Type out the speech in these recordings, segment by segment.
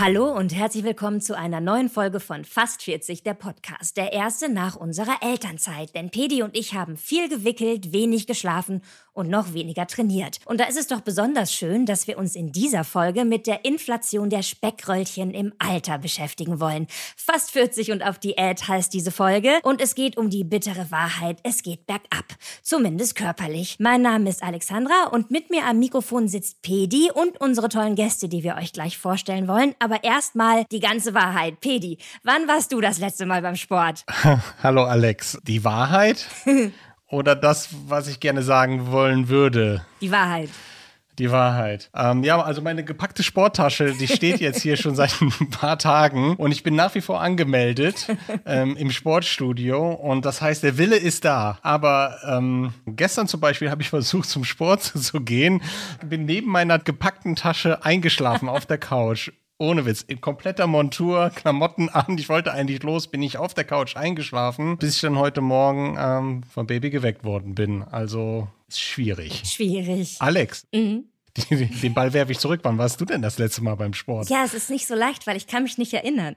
Hallo und herzlich willkommen zu einer neuen Folge von Fast 40, der Podcast. Der erste nach unserer Elternzeit. Denn Pedi und ich haben viel gewickelt, wenig geschlafen und noch weniger trainiert. Und da ist es doch besonders schön, dass wir uns in dieser Folge mit der Inflation der Speckröllchen im Alter beschäftigen wollen. Fast 40 und auf Diät heißt diese Folge. Und es geht um die bittere Wahrheit. Es geht bergab. Zumindest körperlich. Mein Name ist Alexandra und mit mir am Mikrofon sitzt Pedi und unsere tollen Gäste, die wir euch gleich vorstellen wollen. Aber erstmal die ganze Wahrheit. Pedi, wann warst du das letzte Mal beim Sport? Hallo Alex. Die Wahrheit? Oder das, was ich gerne sagen wollen würde? Die Wahrheit. Die Wahrheit. Ja, also meine gepackte Sporttasche, die steht jetzt hier schon seit ein paar Tagen und ich bin nach wie vor angemeldet im Sportstudio und das heißt, der Wille ist da. Aber gestern zum Beispiel habe ich versucht, zum Sport zu gehen, bin neben meiner gepackten Tasche eingeschlafen auf der Couch. Ohne Witz, in kompletter Montur, Klamotten an. Ich wollte eigentlich los, bin ich auf der Couch eingeschlafen, bis ich dann heute Morgen vom Baby geweckt worden bin. Also ist schwierig. Schwierig. Alex, den Ball werfe ich zurück. Wann warst du denn das letzte Mal beim Sport? Ja, es ist nicht so leicht, weil ich kann mich nicht erinnern.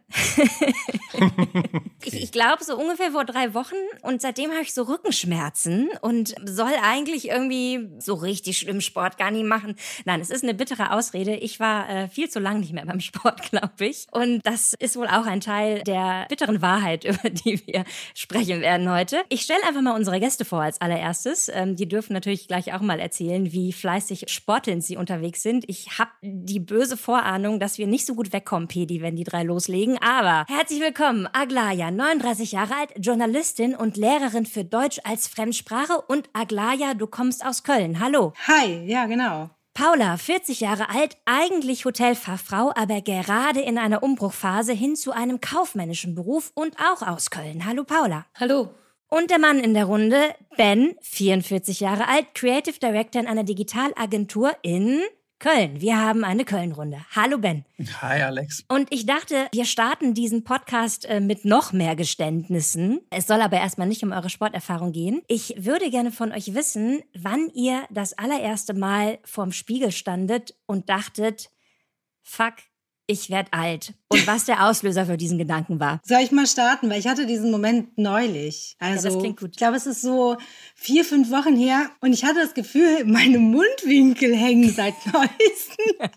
Ich glaube so ungefähr vor 3 Wochen und seitdem habe ich so Rückenschmerzen und soll eigentlich irgendwie so richtig schlimm Sport gar nicht machen. Nein, es ist eine bittere Ausrede. Ich war viel zu lang nicht mehr beim Sport, glaube ich. Und das ist wohl auch ein Teil der bitteren Wahrheit, über die wir sprechen werden heute. Ich stelle einfach mal unsere Gäste vor als allererstes. Die dürfen natürlich gleich auch mal erzählen, wie fleißig sportelnd sie unterwegs sind. Ich habe die böse Vorahnung, dass wir nicht so gut wegkommen, Pedi, wenn die 3 loslegen. Aber herzlich willkommen, Aglaya, 39 Jahre alt, Journalistin und Lehrerin für Deutsch als Fremdsprache. Und Aglaya, du kommst aus Köln. Hallo. Hi, ja genau. Paula, 40 Jahre alt, eigentlich Hotelfachfrau, aber gerade in einer Umbruchphase hin zu einem kaufmännischen Beruf und auch aus Köln. Hallo Paula. Hallo. Und der Mann in der Runde, Ben, 44 Jahre alt, Creative Director in einer Digitalagentur in Köln. Wir haben eine Köln-Runde. Hallo Ben. Hi Alex. Und ich dachte, wir starten diesen Podcast mit noch mehr Geständnissen. Es soll aber erstmal nicht um eure Sporterfahrung gehen. Ich würde gerne von euch wissen, wann ihr das allererste Mal vorm Spiegel standet und dachtet, fuck, ich werd alt. Und was der Auslöser für diesen Gedanken war. Soll ich mal starten? Weil ich hatte diesen Moment neulich. Also, ja, das klingt gut. Ich glaube, es ist so 4, 5 Wochen her. Und ich hatte das Gefühl, meine Mundwinkel hängen seit neuestem.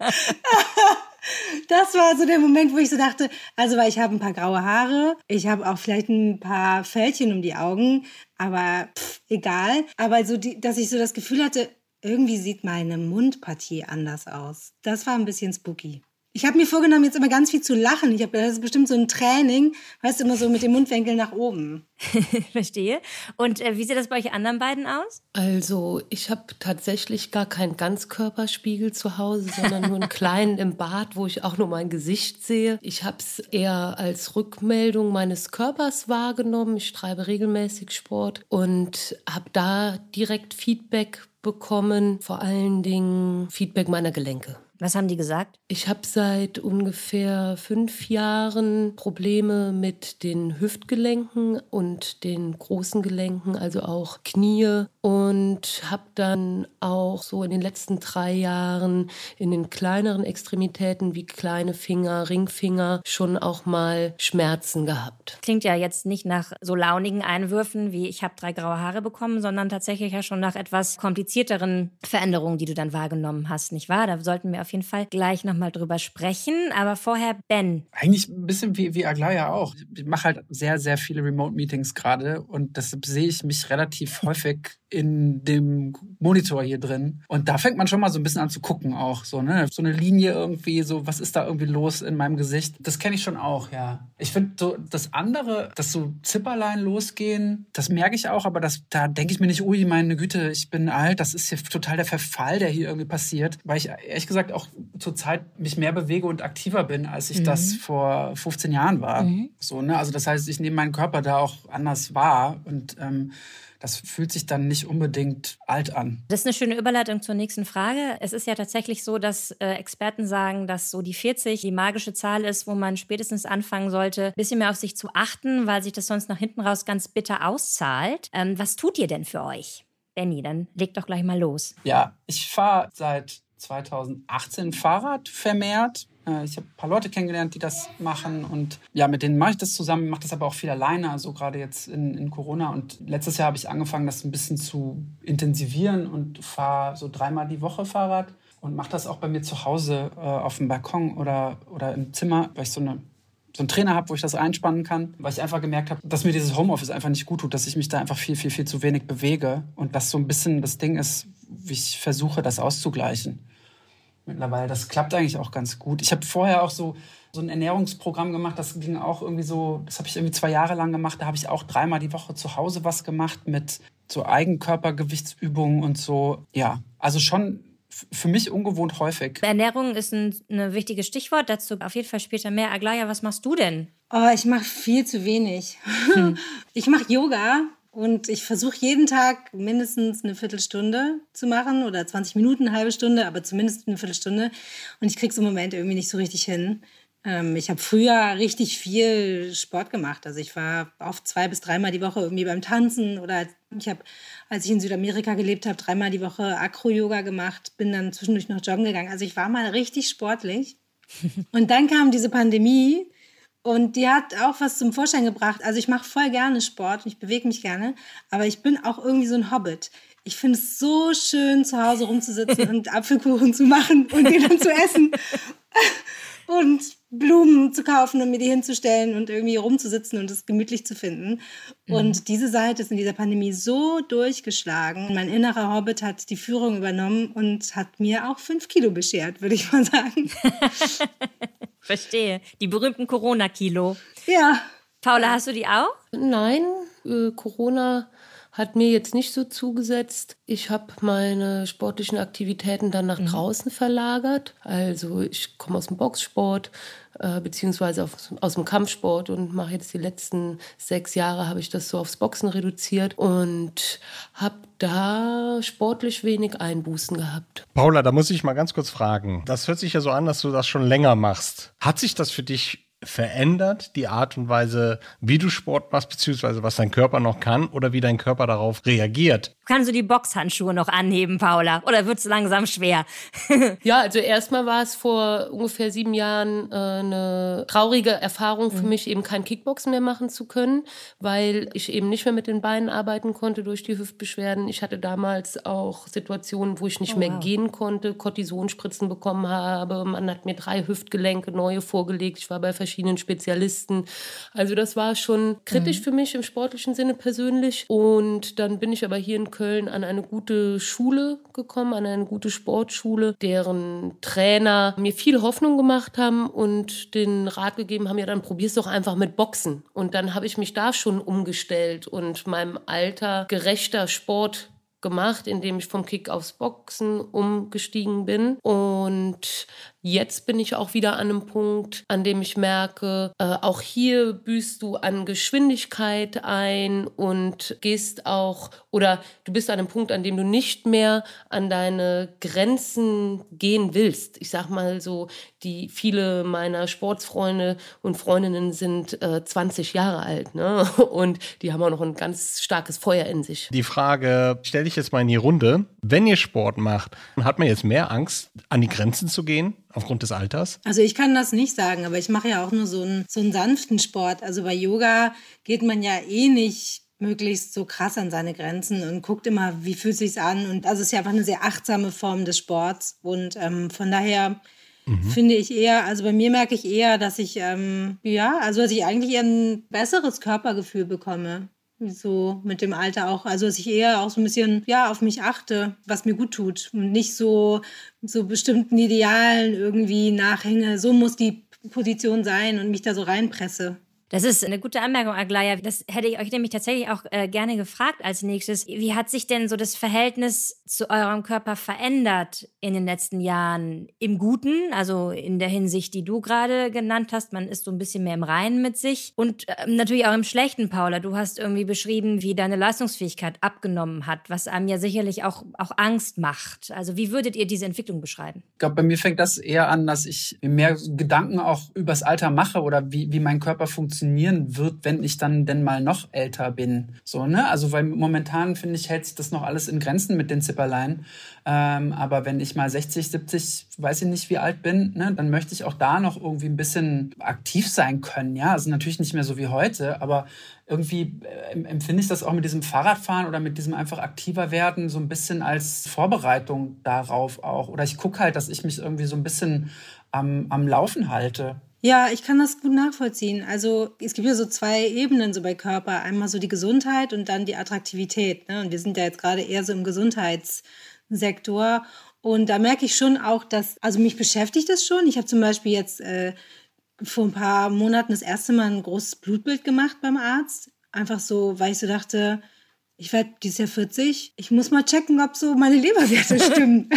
Das war so der Moment, wo ich so dachte, also weil ich habe ein paar graue Haare, ich habe auch vielleicht ein paar Fältchen um die Augen, aber egal. Aber so, dass ich so das Gefühl hatte, irgendwie sieht meine Mundpartie anders aus. Das war ein bisschen spooky. Ich habe mir vorgenommen, jetzt immer ganz viel zu lachen. Das ist bestimmt so ein Training, weißt du, immer so mit dem Mundwinkel nach oben. Verstehe. Und wie sieht das bei euch anderen beiden aus? Also ich habe tatsächlich gar keinen Ganzkörperspiegel zu Hause, sondern nur einen kleinen im Bad, wo ich auch nur mein Gesicht sehe. Ich habe es eher als Rückmeldung meines Körpers wahrgenommen. Ich treibe regelmäßig Sport und habe da direkt Feedback bekommen, vor allen Dingen Feedback meiner Gelenke. Was haben die gesagt? Ich habe seit ungefähr 5 Jahren Probleme mit den Hüftgelenken und den großen Gelenken, also auch Knie. Und habe dann auch so in den letzten 3 Jahren in den kleineren Extremitäten wie kleine Finger, Ringfinger schon auch mal Schmerzen gehabt. Klingt ja jetzt nicht nach so launigen Einwürfen wie ich habe 3 graue Haare bekommen, sondern tatsächlich ja schon nach etwas komplizierteren Veränderungen, die du dann wahrgenommen hast, nicht wahr? Da sollten wir auf jeden Fall gleich nochmal drüber sprechen. Aber vorher Ben. Eigentlich ein bisschen wie Aglaya auch. Ich mache halt sehr, sehr viele Remote-Meetings gerade und deshalb sehe ich mich relativ häufig in dem Monitor hier drin. Und da fängt man schon mal so ein bisschen an zu gucken auch. So, ne? So eine Linie irgendwie, so was ist da irgendwie los in meinem Gesicht? Das kenne ich schon auch, ja. Ich finde so das andere, dass so Zipperlein losgehen, das merke ich auch, aber da denke ich mir nicht, ui, meine Güte, ich bin alt, das ist hier total der Verfall, der hier irgendwie passiert. Weil ich ehrlich gesagt auch zur Zeit mich mehr bewege und aktiver bin, als ich das vor 15 Jahren war. So, ne? Also das heißt, ich nehme meinen Körper da auch anders wahr und das fühlt sich dann nicht unbedingt alt an. Das ist eine schöne Überleitung zur nächsten Frage. Es ist ja tatsächlich so, dass Experten sagen, dass so die 40 die magische Zahl ist, wo man spätestens anfangen sollte, ein bisschen mehr auf sich zu achten, weil sich das sonst nach hinten raus ganz bitter auszahlt. Was tut ihr denn für euch? Benni, dann leg doch gleich mal los. Ja, ich fahre seit 2018 Fahrrad vermehrt. Ich habe ein paar Leute kennengelernt, die das machen und ja, mit denen mache ich das zusammen, mache das aber auch viel alleine, also gerade jetzt in Corona. Und letztes Jahr habe ich angefangen, das ein bisschen zu intensivieren und fahre so 3-mal die Woche Fahrrad und mache das auch bei mir zu Hause auf dem Balkon oder im Zimmer, weil ich so einen Trainer habe, wo ich das einspannen kann, weil ich einfach gemerkt habe, dass mir dieses Homeoffice einfach nicht gut tut, dass ich mich da einfach viel, viel, viel zu wenig bewege und das so ein bisschen das Ding ist, wie ich versuche, das auszugleichen. Mittlerweile, das klappt eigentlich auch ganz gut. Ich habe vorher auch so ein Ernährungsprogramm gemacht, das ging auch irgendwie so, das habe ich irgendwie 2 Jahre lang gemacht, da habe ich auch 3-mal die Woche zu Hause was gemacht mit so Eigenkörpergewichtsübungen und so. Ja, also schon für mich ungewohnt häufig. Ernährung ist ein wichtiges Stichwort, dazu auf jeden Fall später mehr. Aglaya, was machst du denn? Oh, ich mache viel zu wenig. Ich mache Yoga. Und ich versuche jeden Tag mindestens eine Viertelstunde zu machen oder 20 Minuten, eine halbe Stunde, aber zumindest eine Viertelstunde. Und ich kriege es im Moment irgendwie nicht so richtig hin. Ich habe früher richtig viel Sport gemacht. Also ich war oft 2- bis 3-mal die Woche irgendwie beim Tanzen oder ich habe, als ich in Südamerika gelebt habe, 3-mal die Woche Acro-Yoga gemacht, bin dann zwischendurch noch joggen gegangen. Also ich war mal richtig sportlich. Und dann kam diese Pandemie. Und die hat auch was zum Vorschein gebracht. Also ich mache voll gerne Sport und ich bewege mich gerne, aber ich bin auch irgendwie so ein Hobbit. Ich finde es so schön, zu Hause rumzusitzen und Apfelkuchen zu machen und den dann zu essen und Blumen zu kaufen und mir die hinzustellen und irgendwie rumzusitzen und es gemütlich zu finden. Und diese Seite ist in dieser Pandemie so durchgeschlagen. Mein innerer Hobbit hat die Führung übernommen und hat mir auch 5 Kilo beschert, würde ich mal sagen. Verstehe. Die berühmten Corona-Kilo. Ja. Paula, hast du die auch? Nein, Corona hat mir jetzt nicht so zugesetzt. Ich habe meine sportlichen Aktivitäten dann nach draußen verlagert. Also ich komme aus dem Boxsport beziehungsweise aus dem Kampfsport und mache jetzt die letzten 6 Jahre habe ich das so aufs Boxen reduziert und habe da sportlich wenig Einbußen gehabt. Paula, da muss ich mal ganz kurz fragen. Das hört sich ja so an, dass du das schon länger machst. Hat sich das für dich verändert, die Art und Weise, wie du Sport machst, beziehungsweise was dein Körper noch kann oder wie dein Körper darauf reagiert? Kannst du die Boxhandschuhe noch anheben, Paula? Oder wird es langsam schwer? Ja, also erstmal war es vor ungefähr 7 Jahren eine traurige Erfahrung für mich, eben kein Kickboxen mehr machen zu können, weil ich eben nicht mehr mit den Beinen arbeiten konnte durch die Hüftbeschwerden. Ich hatte damals auch Situationen, wo ich nicht mehr gehen konnte, Cortisonspritzen bekommen habe. Man hat mir 3 Hüftgelenke neue vorgelegt. Ich war bei verschiedenen Spezialisten. Also das war schon kritisch für mich im sportlichen Sinne persönlich. Und dann bin ich aber hier in Köln an eine gute Schule gekommen, an eine gute Sportschule, deren Trainer mir viel Hoffnung gemacht haben und den Rat gegeben haben, ja, dann probier's doch einfach mit Boxen. Und dann habe ich mich da schon umgestellt und meinem Alter gerechter Sport gemacht, indem ich vom Kick aufs Boxen umgestiegen bin. Und jetzt bin ich auch wieder an einem Punkt, an dem ich merke, auch hier büßt du an Geschwindigkeit ein und gehst auch, oder du bist an einem Punkt, an dem du nicht mehr an deine Grenzen gehen willst. Ich sag mal so, viele meiner Sportsfreunde und Freundinnen sind 20 Jahre alt, ne? Und die haben auch noch ein ganz starkes Feuer in sich. Die Frage stelle ich jetzt mal in die Runde. Wenn ihr Sport macht, hat man jetzt mehr Angst, an die Grenzen zu gehen? Aufgrund des Alters? Also ich kann das nicht sagen, aber ich mache ja auch nur so einen sanften Sport. Also bei Yoga geht man ja nicht möglichst so krass an seine Grenzen und guckt immer, wie fühlt es sich an. Und also es ist ja einfach eine sehr achtsame Form des Sports. Und von daher finde ich eher, also bei mir merke ich eher, dass ich, dass ich eigentlich eher ein besseres Körpergefühl bekomme. So mit dem Alter auch, also dass ich eher auch so ein bisschen, auf mich achte, was mir gut tut und nicht so bestimmten Idealen irgendwie nachhänge, so muss die Position sein und mich da so reinpresse. Das ist eine gute Anmerkung, Aglaya. Das hätte ich euch nämlich tatsächlich auch gerne gefragt als nächstes. Wie hat sich denn so das Verhältnis zu eurem Körper verändert in den letzten Jahren? Im Guten, also in der Hinsicht, die du gerade genannt hast, man ist so ein bisschen mehr im Reinen mit sich. Und natürlich auch im Schlechten, Paula. Du hast irgendwie beschrieben, wie deine Leistungsfähigkeit abgenommen hat, was einem ja sicherlich auch Angst macht. Also wie würdet ihr diese Entwicklung beschreiben? Ich glaube, bei mir fängt das eher an, dass ich mir mehr Gedanken auch übers Alter mache oder wie mein Körper funktioniert. funktionieren wird, wenn ich dann denn mal noch älter bin. So, ne? Also, weil momentan, finde ich, hält sich das noch alles in Grenzen mit den Zipperlein. Aber wenn ich mal 60, 70, weiß ich nicht, wie alt bin, ne, dann möchte ich auch da noch irgendwie ein bisschen aktiv sein können. Ja, also natürlich nicht mehr so wie heute, aber irgendwie empfinde ich das auch mit diesem Fahrradfahren oder mit diesem einfach aktiver werden so ein bisschen als Vorbereitung darauf auch. Oder ich gucke halt, dass ich mich irgendwie so ein bisschen am Laufen halte. Ja, ich kann das gut nachvollziehen. Also es gibt ja so 2 Ebenen so bei Körper. Einmal so die Gesundheit und dann die Attraktivität. Ne? Und wir sind ja jetzt gerade eher so im Gesundheitssektor. Und da merke ich schon auch, also mich beschäftigt das schon. Ich habe zum Beispiel jetzt vor ein paar Monaten das erste Mal ein großes Blutbild gemacht beim Arzt. Einfach so, weil ich so dachte, ich werde dieses Jahr 40. Ich muss mal checken, ob so meine Leberwerte stimmen.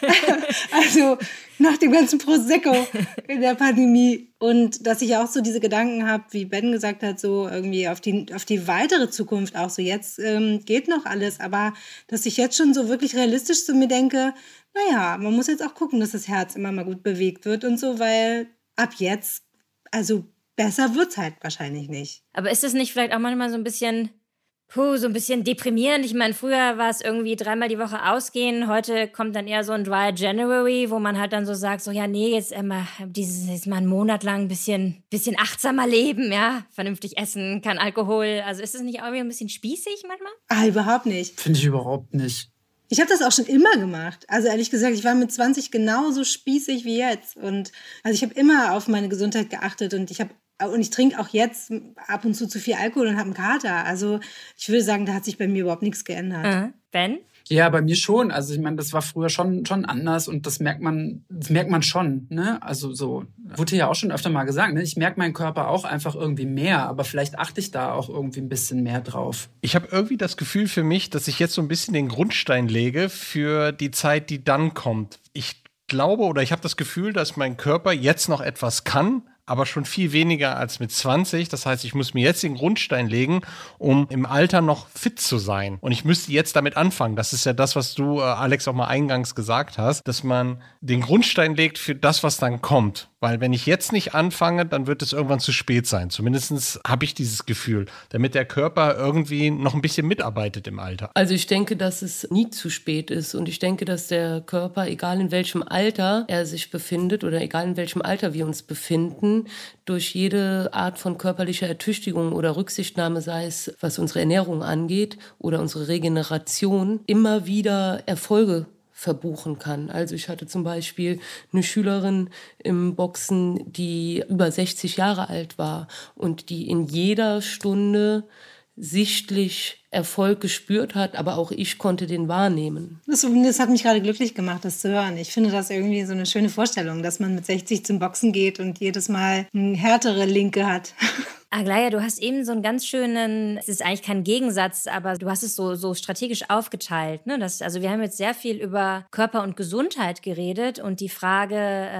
Also nach dem ganzen Prosecco in der Pandemie. Und dass ich auch so diese Gedanken habe, wie Ben gesagt hat, so irgendwie auf die weitere Zukunft auch so. Jetzt geht noch alles, aber dass ich jetzt schon so wirklich realistisch zu mir denke, naja, man muss jetzt auch gucken, dass das Herz immer mal gut bewegt wird und so, weil ab jetzt, also besser wird's halt wahrscheinlich nicht. Aber ist das nicht vielleicht auch manchmal so ein bisschen deprimierend? Ich meine, früher war es irgendwie 3-mal die Woche ausgehen. Heute kommt dann eher so ein Dry January, wo man halt dann so sagt, so ja, nee, jetzt mal einen Monat lang ein bisschen achtsamer leben, ja, vernünftig essen, kein Alkohol. Also ist es nicht irgendwie ein bisschen spießig manchmal? Überhaupt nicht. Finde ich überhaupt nicht. Ich habe das auch schon immer gemacht. Also ehrlich gesagt, ich war mit 20 genauso spießig wie jetzt. Und also ich habe immer auf meine Gesundheit geachtet und ich trinke auch jetzt ab und zu viel Alkohol und habe einen Kater. Also ich würde sagen, da hat sich bei mir überhaupt nichts geändert. Ben? Ja, bei mir schon. Also ich meine, das war früher schon anders und das merkt man schon. Ne? Also so wurde ja auch schon öfter mal gesagt. Ne? Ich merke meinen Körper auch einfach irgendwie mehr, aber vielleicht achte ich da auch irgendwie ein bisschen mehr drauf. Ich habe irgendwie das Gefühl für mich, dass ich jetzt so ein bisschen den Grundstein lege für die Zeit, die dann kommt. Ich glaube oder ich habe das Gefühl, dass mein Körper jetzt noch etwas kann, aber schon viel weniger als mit 20. Das heißt, ich muss mir jetzt den Grundstein legen, um im Alter noch fit zu sein. Und ich müsste jetzt damit anfangen. Das ist ja das, was du, Alex, auch mal eingangs gesagt hast, dass man den Grundstein legt für das, was dann kommt. Weil wenn ich jetzt nicht anfange, dann wird es irgendwann zu spät sein. Zumindest habe ich dieses Gefühl, damit der Körper irgendwie noch ein bisschen mitarbeitet im Alter. Also ich denke, dass es nie zu spät ist. Und ich denke, dass der Körper, egal in welchem Alter er sich befindet oder egal in welchem Alter wir uns befinden, durch jede Art von körperlicher Ertüchtigung oder Rücksichtnahme, sei es was unsere Ernährung angeht oder unsere Regeneration, immer wieder Erfolge verbuchen kann. Also ich hatte zum Beispiel eine Schülerin im Boxen, die über 60 Jahre alt war und die in jeder Stunde sichtlich Erfolg gespürt hat, aber auch ich konnte den wahrnehmen. Das hat mich gerade glücklich gemacht, das zu hören. Ich finde das irgendwie so eine schöne Vorstellung, dass man mit 60 zum Boxen geht und jedes Mal eine härtere Linke hat. Aglaia, du hast eben so einen ganz schönen, es ist eigentlich kein Gegensatz, aber du hast es so strategisch aufgeteilt. Ne? Also wir haben jetzt sehr viel über Körper und Gesundheit geredet und die Frage,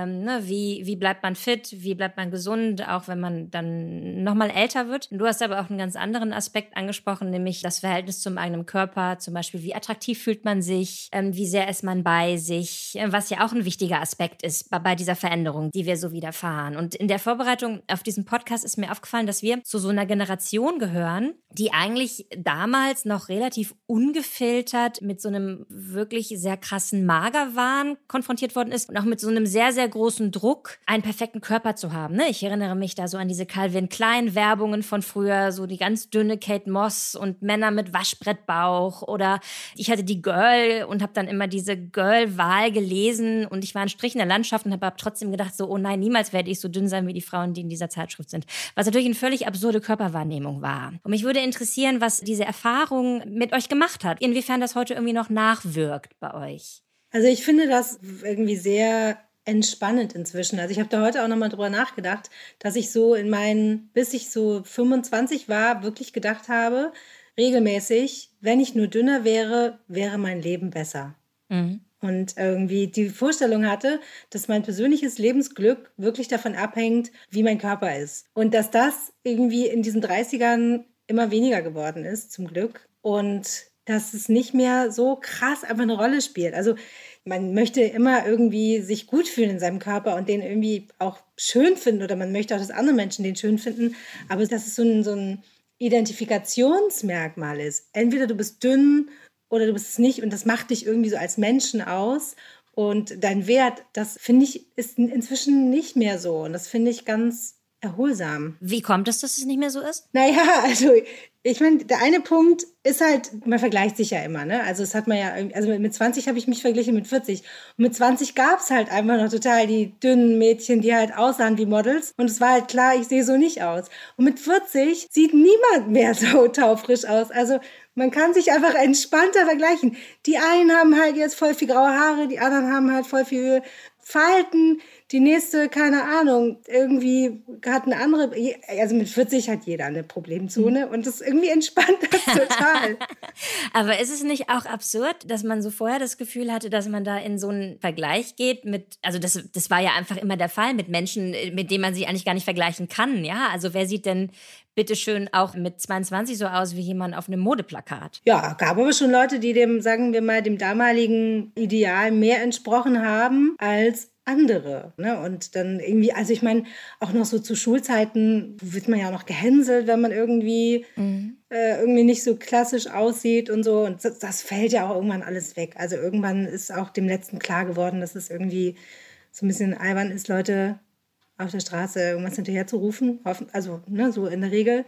wie bleibt man fit, wie bleibt man gesund, auch wenn man dann nochmal älter wird. Du hast aber auch einen ganz anderen Aspekt angesprochen, nämlich das Verhältnis zum eigenen Körper, zum Beispiel wie attraktiv fühlt man sich, wie sehr ist man bei sich, was ja auch ein wichtiger Aspekt ist bei dieser Veränderung, die wir so widerfahren. Und in der Vorbereitung auf diesen Podcast ist mir aufgefallen, dass wir zu so einer Generation gehören, die eigentlich damals noch relativ ungefiltert mit so einem wirklich sehr krassen Magerwahn konfrontiert worden ist und auch mit so einem sehr, sehr großen Druck, einen perfekten Körper zu haben. Ne? Ich erinnere mich da so an diese Calvin Klein-Werbungen von früher, so die ganz dünne Kate Moss und Männer mit Waschbrettbauch oder ich hatte die Girl und habe dann immer diese Girl-Wahl gelesen und ich war ein Strich in der Landschaft und habe trotzdem gedacht so, oh nein, niemals werde ich so dünn sein wie die Frauen, die in dieser Zeitschrift sind. Was natürlich ein völlig absurde Körperwahrnehmung war. Und mich würde interessieren, was diese Erfahrung mit euch gemacht hat. Inwiefern das heute irgendwie noch nachwirkt bei euch. Also ich finde das irgendwie sehr entspannend inzwischen. Also ich habe da heute auch nochmal drüber nachgedacht, dass ich so bis ich so 25 war, wirklich gedacht habe, regelmäßig, wenn ich nur dünner wäre, wäre mein Leben besser. Mhm. Und irgendwie die Vorstellung hatte, dass mein persönliches Lebensglück wirklich davon abhängt, wie mein Körper ist. Und dass das irgendwie in diesen 30ern immer weniger geworden ist, zum Glück. Und dass es nicht mehr so krass einfach eine Rolle spielt. Also man möchte immer irgendwie sich gut fühlen in seinem Körper und den irgendwie auch schön finden oder man möchte auch, dass andere Menschen den schön finden, aber dass es so ein Identifikationsmerkmal ist. Entweder du bist dünn oder du bist es nicht und das macht dich irgendwie so als Menschen aus und dein Wert, das finde ich, ist inzwischen nicht mehr so und das finde ich ganz erholsam. Wie kommt es, dass es nicht mehr so ist? Naja, also ich meine, der eine Punkt ist halt, man vergleicht sich ja immer, ne? Also es hat man ja, also mit 20 habe ich mich verglichen mit 40. Und mit 20 gab es halt einfach noch total die dünnen Mädchen, die halt aussahen wie Models. Und es war halt klar, ich sehe so nicht aus. Und mit 40 sieht niemand mehr so taufrisch aus. Also man kann sich einfach entspannter vergleichen. Die einen haben halt jetzt voll viel graue Haare, die anderen haben halt voll viel Falten. Die nächste, keine Ahnung, irgendwie hat eine andere, also mit 40 hat jeder eine Problemzone und das irgendwie entspannt das total. Aber ist es nicht auch absurd, dass man so vorher das Gefühl hatte, dass man da in so einen Vergleich geht mit, also das war ja einfach immer der Fall mit Menschen, mit denen man sich eigentlich gar nicht vergleichen kann, ja? Also wer sieht denn bitteschön auch mit 22 so aus wie jemand auf einem Modeplakat? Ja, gab aber schon Leute, die dem, sagen wir mal, dem damaligen Ideal mehr entsprochen haben als andere, ne? Und dann irgendwie, also ich meine, auch noch so zu Schulzeiten wird man ja auch noch gehänselt, wenn man irgendwie nicht so klassisch aussieht und so. Und das fällt ja auch irgendwann alles weg. Also irgendwann ist auch dem Letzten klar geworden, dass es irgendwie so ein bisschen albern ist, Leute auf der Straße irgendwas hinterher zu rufen. Also, ne, so in der Regel.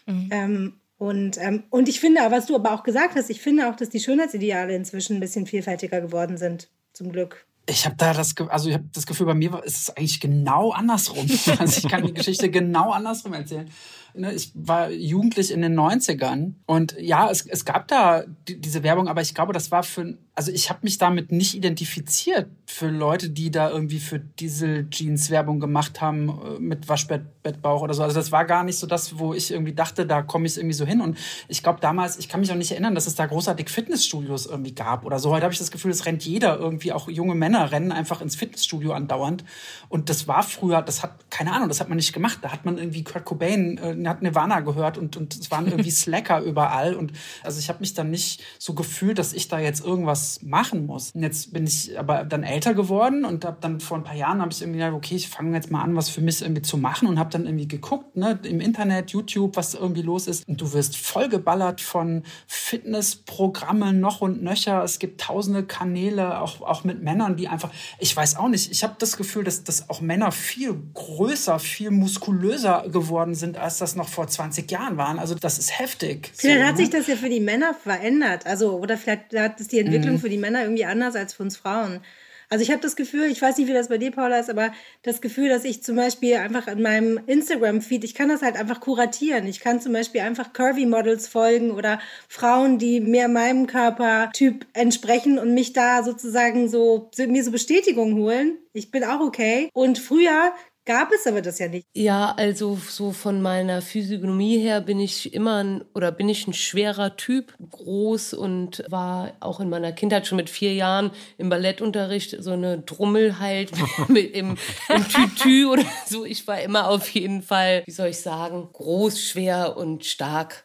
Und ich finde, was du aber auch gesagt hast, ich finde auch, dass die Schönheitsideale inzwischen ein bisschen vielfältiger geworden sind, zum Glück. Ich habe das Gefühl, bei mir ist es eigentlich genau andersrum. Also ich kann die Geschichte genau andersrum erzählen. Ich war jugendlich in den 90ern und ja, es gab da diese Werbung, aber ich glaube, das war also ich habe mich damit nicht identifiziert für Leute, die da irgendwie für Diesel-Jeans Werbung gemacht haben mit Waschbettbauch oder so. Also das war gar nicht so das, wo ich irgendwie dachte, da komme ich irgendwie so hin. Und ich glaube damals, ich kann mich auch nicht erinnern, dass es da großartig Fitnessstudios irgendwie gab oder so. Heute habe ich das Gefühl, es rennt jeder irgendwie, auch junge Männer rennen einfach ins Fitnessstudio andauernd. Und das war früher, keine Ahnung, das hat man nicht gemacht. Da hat man irgendwie Kurt Cobain, hat Nirvana gehört und es waren irgendwie Slacker überall. Und also ich habe mich dann nicht so gefühlt, dass ich da jetzt irgendwas machen muss. Und jetzt bin ich aber dann älter geworden und habe dann vor ein paar Jahren habe ich irgendwie gedacht, okay, ich fange jetzt mal an, was für mich irgendwie zu machen und habe dann irgendwie geguckt, ne, im Internet, YouTube, was irgendwie los ist. Und du wirst vollgeballert von Fitnessprogrammen noch und nöcher. Es gibt tausende Kanäle, auch mit Männern, die einfach, ich weiß auch nicht, ich habe das Gefühl, dass auch Männer viel größer, viel muskulöser geworden sind, als das noch vor 20 Jahren waren. Also das ist heftig. Vielleicht hat sich das ja für die Männer verändert. Also, oder vielleicht hat es die Entwicklung für die Männer irgendwie anders als für uns Frauen. Also ich habe das Gefühl, ich weiß nicht, wie das bei dir, Paula, ist, aber das Gefühl, dass ich zum Beispiel einfach in meinem Instagram-Feed, ich kann das halt einfach kuratieren. Ich kann zum Beispiel einfach Curvy-Models folgen oder Frauen, die mehr meinem Körpertyp entsprechen und mich da sozusagen mir so Bestätigung holen. Ich bin auch okay. Und früher gab es aber das ja nicht. Ja, also so von meiner Physiognomie her bin ich ein schwerer Typ, groß und war auch in meiner Kindheit schon mit 4 Jahren im Ballettunterricht so eine Drummel halt im Tütü oder so. Ich war immer auf jeden Fall, wie soll ich sagen, groß, schwer und stark.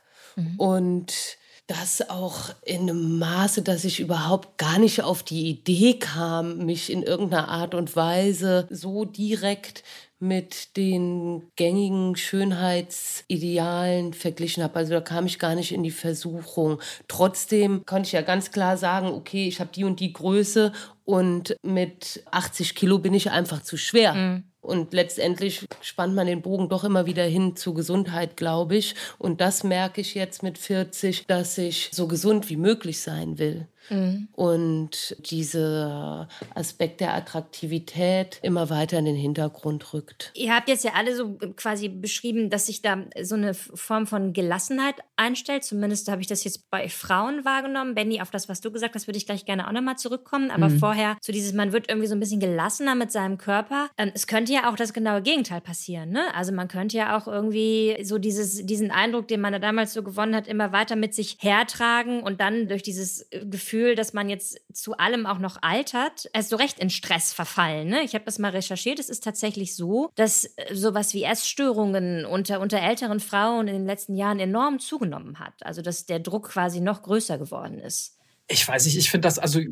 Und das auch in einem Maße, dass ich überhaupt gar nicht auf die Idee kam, mich in irgendeiner Art und Weise so direkt mit den gängigen Schönheitsidealen verglichen habe. Also da kam ich gar nicht in die Versuchung. Trotzdem konnte ich ja ganz klar sagen, okay, ich habe die und die Größe und mit 80 Kilo bin ich einfach zu schwer. Und letztendlich spannt man den Bogen doch immer wieder hin zu Gesundheit, glaube ich. Und das merke ich jetzt mit 40, dass ich so gesund wie möglich sein will. Und dieser Aspekt der Attraktivität immer weiter in den Hintergrund rückt. Ihr habt jetzt ja alle so quasi beschrieben, dass sich da so eine Form von Gelassenheit einstellt. Zumindest habe ich das jetzt bei Frauen wahrgenommen. Benni, auf das, was du gesagt hast, würde ich gleich gerne auch nochmal zurückkommen. Aber vorher zu man wird irgendwie so ein bisschen gelassener mit seinem Körper. Es könnte ja auch das genaue Gegenteil passieren, ne? Also man könnte ja auch irgendwie so diesen Eindruck, den man da damals so gewonnen hat, immer weiter mit sich hertragen und dann durch dieses Gefühl Gefühl, dass man jetzt zu allem auch noch altert. Er ist so recht in Stress verfallen. Ne? Ich habe das mal recherchiert. Es ist tatsächlich so, dass sowas wie Essstörungen unter älteren Frauen in den letzten Jahren enorm zugenommen hat. Also dass der Druck quasi noch größer geworden ist. Ich weiß nicht, ich finde das, also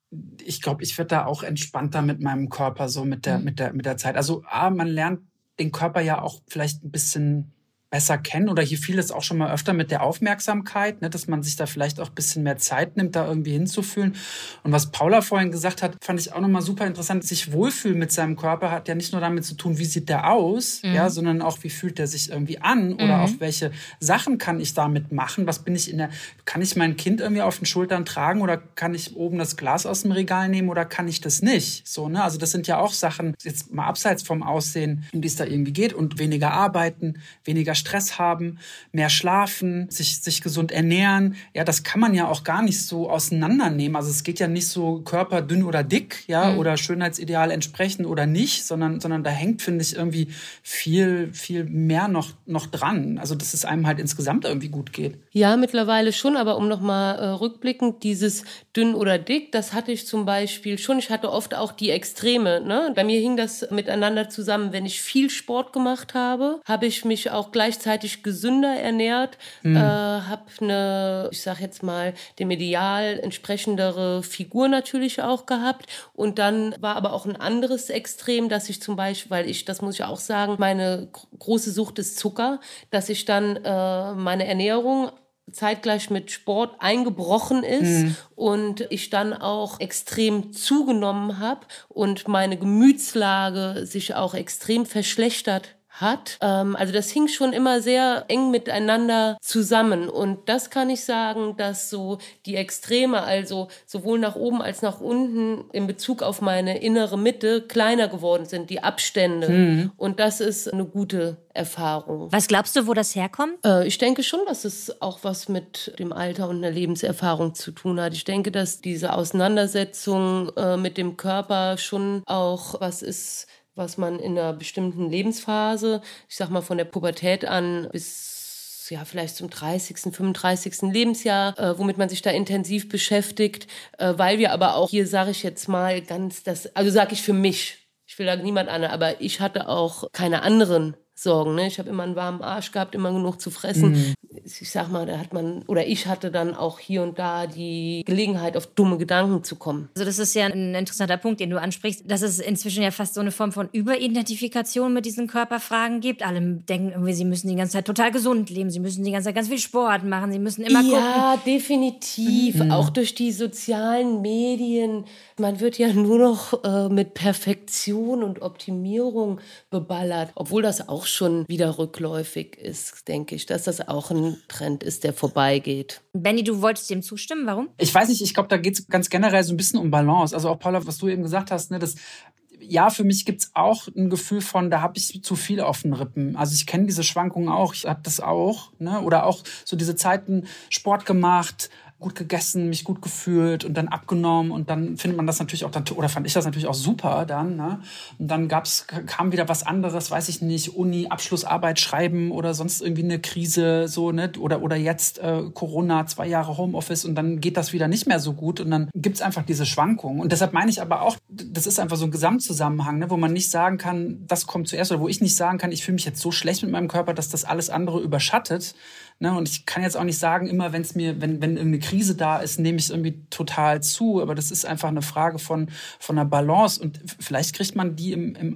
ich glaube, ich werde da auch entspannter mit meinem Körper, so mit der Zeit. Also man lernt den Körper ja auch vielleicht ein bisschen besser kennen oder hier fiel es auch schon mal öfter mit der Aufmerksamkeit, ne, dass man sich da vielleicht auch ein bisschen mehr Zeit nimmt, da irgendwie hinzufühlen. Und was Paula vorhin gesagt hat, fand ich auch nochmal super interessant. Sich wohlfühlen mit seinem Körper hat ja nicht nur damit zu tun, wie sieht der aus, ja, sondern auch, wie fühlt der sich irgendwie an oder auch welche Sachen kann ich damit machen? Was bin ich kann ich mein Kind irgendwie auf den Schultern tragen oder kann ich oben das Glas aus dem Regal nehmen oder kann ich das nicht? So, ne? Also das sind ja auch Sachen, jetzt mal abseits vom Aussehen, um die es da irgendwie geht und weniger arbeiten, weniger Stress haben, mehr schlafen, sich gesund ernähren. Ja, das kann man ja auch gar nicht so auseinandernehmen. Also es geht ja nicht so Körper dünn oder dick, ja, oder Schönheitsideal entsprechen oder nicht, sondern da hängt, finde ich, irgendwie viel mehr noch dran. Also dass es einem halt insgesamt irgendwie gut geht. Ja, mittlerweile schon, aber um nochmal rückblickend, dieses dünn oder dick, das hatte ich zum Beispiel schon. Ich hatte oft auch die Extreme. Ne? Bei mir hing das miteinander zusammen. Wenn ich viel Sport gemacht habe, habe ich mich auch gleichzeitig gesünder ernährt, habe eine, ich sag jetzt mal, dem Ideal entsprechendere Figur natürlich auch gehabt. Und dann war aber auch ein anderes Extrem, dass ich zum Beispiel, das muss ich auch sagen, meine große Sucht ist Zucker, dass ich dann meine Ernährung zeitgleich mit Sport eingebrochen ist und ich dann auch extrem zugenommen habe und meine Gemütslage sich auch extrem verschlechtert hat. Also das hing schon immer sehr eng miteinander zusammen. Und das kann ich sagen, dass so die Extreme, also sowohl nach oben als nach unten in Bezug auf meine innere Mitte kleiner geworden sind, die Abstände. Und das ist eine gute Erfahrung. Was glaubst du, wo das herkommt? Ich denke schon, dass es auch was mit dem Alter und einer Lebenserfahrung zu tun hat. Ich denke, dass diese Auseinandersetzung mit dem Körper schon auch was ist, was man in einer bestimmten Lebensphase, ich sag mal von der Pubertät an bis ja vielleicht zum 30., 35. Lebensjahr, womit man sich da intensiv beschäftigt, weil wir aber auch hier, sage ich jetzt mal also sage ich für mich, ich will da niemand an, aber ich hatte auch keine anderen Sorgen. Ne? Ich habe immer einen warmen Arsch gehabt, immer genug zu fressen. Ich sag mal, ich hatte dann auch hier und da die Gelegenheit, auf dumme Gedanken zu kommen. Also das ist ja ein interessanter Punkt, den du ansprichst, dass es inzwischen ja fast so eine Form von Überidentifikation mit diesen Körperfragen gibt. Alle denken irgendwie, sie müssen die ganze Zeit total gesund leben, sie müssen die ganze Zeit ganz viel Sport machen, sie müssen immer gucken. Ja, definitiv. Auch durch die sozialen Medien. Man wird ja nur noch mit Perfektion und Optimierung beballert, obwohl das auch schon wieder rückläufig ist, denke ich, dass das auch ein Trend ist, der vorbeigeht. Benni, du wolltest dem zustimmen, warum? Ich weiß nicht, ich glaube, da geht es ganz generell so ein bisschen um Balance. Also auch Paula, was du eben gesagt hast, ne, ja, für mich gibt's auch ein Gefühl von, da habe ich zu viel auf den Rippen. Also ich kenne diese Schwankungen auch, ich habe das auch, ne? Oder auch so diese Zeiten Sport gemacht, gut gegessen, mich gut gefühlt und dann abgenommen und dann findet man das natürlich auch dann, oder fand ich das natürlich auch super dann, ne? Und dann kam wieder was anderes, weiß ich nicht, Uni, Abschlussarbeit schreiben oder sonst irgendwie eine Krise, so, ne? Oder jetzt Corona, 2 Jahre Homeoffice und dann geht das wieder nicht mehr so gut und dann gibt's einfach diese Schwankungen. Und deshalb meine ich aber auch, das ist einfach so ein Gesamtzusammenhang, ne? Wo man nicht sagen kann, das kommt zuerst, oder wo ich nicht sagen kann, ich fühle mich jetzt so schlecht mit meinem Körper, dass das alles andere überschattet. Ne, und ich kann jetzt auch nicht sagen, immer wenn irgendeine Krise da ist, nehme ich es irgendwie total zu. Aber das ist einfach eine Frage von einer Balance. Und vielleicht kriegt man die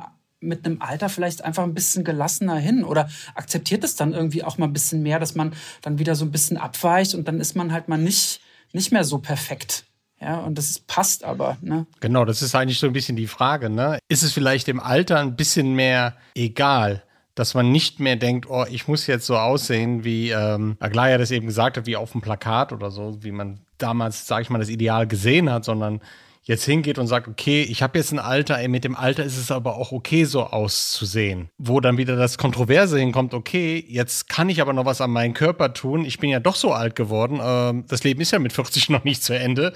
mit einem Alter vielleicht einfach ein bisschen gelassener hin oder akzeptiert es dann irgendwie auch mal ein bisschen mehr, dass man dann wieder so ein bisschen abweicht und dann ist man halt mal nicht mehr so perfekt. Ja, und das passt aber, ne? Genau, das ist eigentlich so ein bisschen die Frage, ne? Ist es vielleicht im Alter ein bisschen mehr egal, dass man nicht mehr denkt, oh, ich muss jetzt so aussehen, wie Aglaya das eben gesagt hat, wie auf dem Plakat oder so, wie man damals, sage ich mal, das Ideal gesehen hat, sondern jetzt hingeht und sagt, okay, ich habe jetzt ein Alter, mit dem Alter ist es aber auch okay, so auszusehen. Wo dann wieder das Kontroverse hinkommt, okay, jetzt kann ich aber noch was an meinen Körper tun. Ich bin ja doch so alt geworden. Das Leben ist ja mit 40 noch nicht zu Ende.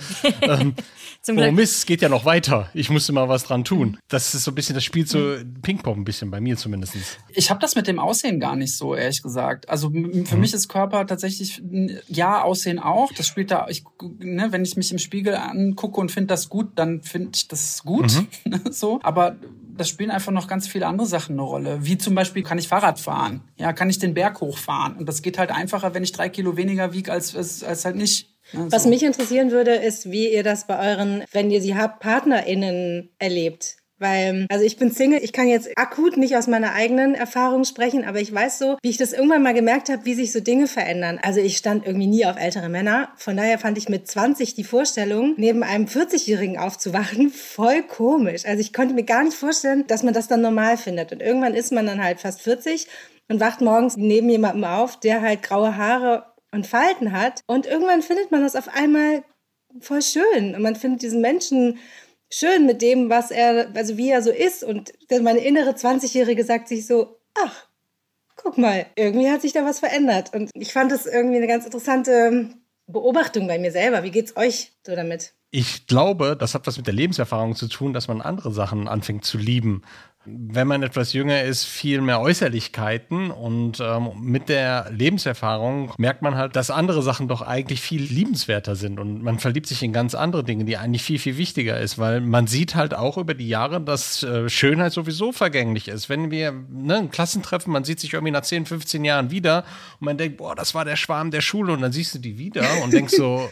Zum Glück. Oh Mist, es geht ja noch weiter. Ich musste mal was dran tun. Das ist so ein bisschen, das spielt so Ping-Pong ein bisschen, bei mir zumindest. Ich habe das mit dem Aussehen gar nicht so, ehrlich gesagt. Also für mich ist Körper tatsächlich, ja, Aussehen auch. Das spielt da, wenn ich mich im Spiegel angucke und finde das gut, dann finde ich das gut. So. Aber das spielen einfach noch ganz viele andere Sachen eine Rolle. Wie zum Beispiel, kann ich Fahrrad fahren? Ja, kann ich den Berg hochfahren? Und das geht halt einfacher, wenn ich 3 Kilo weniger wiege, als halt nicht. Ja, Was so. mich interessieren würde, ist, wie ihr das bei euren, wenn ihr sie habt, PartnerInnen erlebt. Weil, also ich bin Single, ich kann jetzt akut nicht aus meiner eigenen Erfahrung sprechen, aber ich weiß so, wie ich das irgendwann mal gemerkt habe, wie sich so Dinge verändern. Also ich stand irgendwie nie auf ältere Männer. Von daher fand ich mit 20 die Vorstellung, neben einem 40-Jährigen aufzuwachen, voll komisch. Also ich konnte mir gar nicht vorstellen, dass man das dann normal findet. Und irgendwann ist man dann halt fast 40 und wacht morgens neben jemandem auf, der halt graue Haare und Falten hat. Und irgendwann findet man das auf einmal voll schön. Und man findet diesen Menschen schön mit dem, was er, also wie er so ist. Und meine innere 20-Jährige sagt sich so, ach, guck mal, irgendwie hat sich da was verändert. Und ich fand das irgendwie eine ganz interessante Beobachtung bei mir selber. Wie geht's euch so damit? Ich glaube, das hat was mit der Lebenserfahrung zu tun, dass man andere Sachen anfängt zu lieben. Wenn man etwas jünger ist, viel mehr Äußerlichkeiten und mit der Lebenserfahrung merkt man halt, dass andere Sachen doch eigentlich viel liebenswerter sind und man verliebt sich in ganz andere Dinge, die eigentlich viel, viel wichtiger ist, weil man sieht halt auch über die Jahre, dass Schönheit sowieso vergänglich ist. Wenn wir ein Klassentreffen, man sieht sich irgendwie nach 10, 15 Jahren wieder und man denkt, boah, das war der Schwarm der Schule und dann siehst du die wieder und denkst so,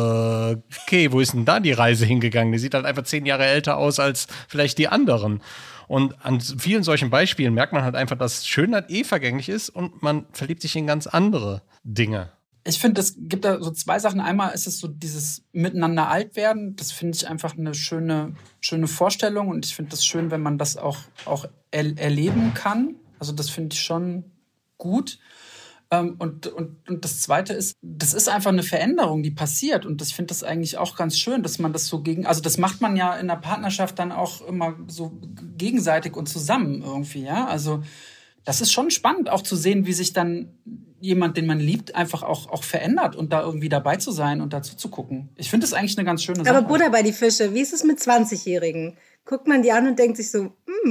okay, wo ist denn da die Reise hingegangen? Die sieht halt einfach 10 Jahre älter aus als vielleicht die anderen. Und an vielen solchen Beispielen merkt man halt einfach, dass Schönheit vergänglich ist und man verliebt sich in ganz andere Dinge. Ich finde, es gibt da so 2 Sachen. Einmal ist es so dieses Miteinander alt werden. Das finde ich einfach eine schöne Vorstellung. Und ich finde das schön, wenn man das auch erleben kann. Also das finde ich schon gut. Und das Zweite ist, das ist einfach eine Veränderung, die passiert. Und ich finde das eigentlich auch ganz schön, dass man das so also das macht man ja in der Partnerschaft dann auch immer so gegenseitig und zusammen irgendwie, ja. Also das ist schon spannend, auch zu sehen, wie sich dann jemand, den man liebt, einfach auch verändert und da irgendwie dabei zu sein und dazu zu gucken. Ich finde das eigentlich eine ganz schöne Sache. Aber Butter bei die Fische, wie ist es mit 20-Jährigen? Guckt man die an und denkt sich so,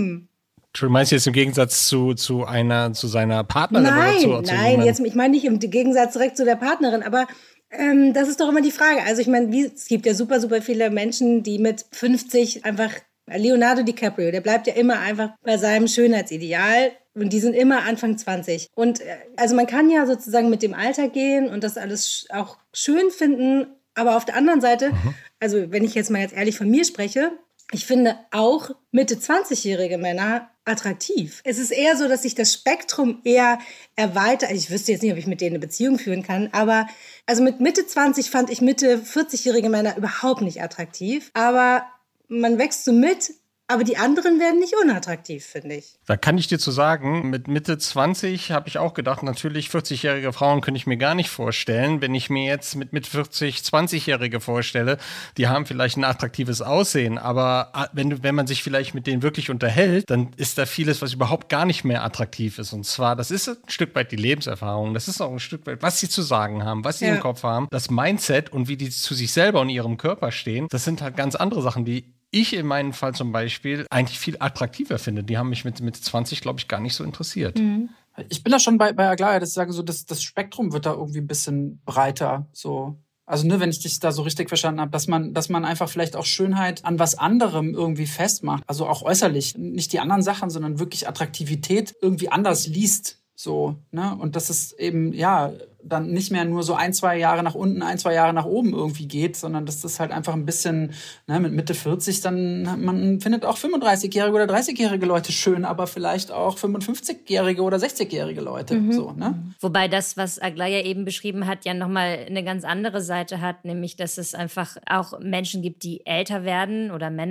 Du meinst jetzt im Gegensatz zu seiner Partnerin? Nein, jetzt, ich meine nicht im Gegensatz direkt zu der Partnerin, aber das ist doch immer die Frage. Also ich meine, es gibt ja super, super viele Menschen, die mit 50 einfach, Leonardo DiCaprio, der bleibt ja immer einfach bei seinem Schönheitsideal und die sind immer Anfang 20. Und also man kann ja sozusagen mit dem Alter gehen und das alles auch schön finden, aber auf der anderen Seite, also wenn ich jetzt mal ehrlich von mir spreche, ich finde auch Mitte 20-jährige Männer attraktiv. Es ist eher so, dass sich das Spektrum eher erweitert. Ich wüsste jetzt nicht, ob ich mit denen eine Beziehung führen kann, aber also mit Mitte 20 fand ich Mitte 40-jährige Männer überhaupt nicht attraktiv. Aber man wächst so mit, aber die anderen werden nicht unattraktiv, finde ich. Da kann ich dir zu sagen, mit Mitte 20 habe ich auch gedacht, natürlich 40-jährige Frauen könnte ich mir gar nicht vorstellen. Wenn ich mir jetzt mit 40, 20-Jährige vorstelle, die haben vielleicht ein attraktives Aussehen, aber wenn man sich vielleicht mit denen wirklich unterhält, dann ist da vieles, was überhaupt gar nicht mehr attraktiv ist. Und zwar, das ist ein Stück weit die Lebenserfahrung, das ist auch ein Stück weit, was sie zu sagen haben, was sie im Kopf haben, das Mindset und wie die zu sich selber und ihrem Körper stehen, das sind halt ganz andere Sachen, die ich in meinem Fall zum Beispiel eigentlich viel attraktiver finde. Die haben mich mit 20, glaube ich, gar nicht so interessiert. Ich bin da schon bei Aglaya, dass ich sage, so, das Spektrum wird da irgendwie ein bisschen breiter. So. Also wenn ich dich da so richtig verstanden habe, dass man einfach vielleicht auch Schönheit an was anderem irgendwie festmacht. Also auch äußerlich. Nicht die anderen Sachen, sondern wirklich Attraktivität irgendwie anders liest. So, ne? Und dass es eben, dann nicht mehr nur so 1, 2 Jahre nach unten, 1, 2 Jahre nach oben irgendwie geht, sondern dass das halt einfach ein bisschen, mit Mitte 40 dann, man findet auch 35-jährige oder 30-jährige Leute schön, aber vielleicht auch 55-jährige oder 60-jährige Leute, so, ne? Wobei das, was Aglaya eben beschrieben hat, ja nochmal eine ganz andere Seite hat, nämlich, dass es einfach auch Menschen gibt, die älter werden oder Männer gibt,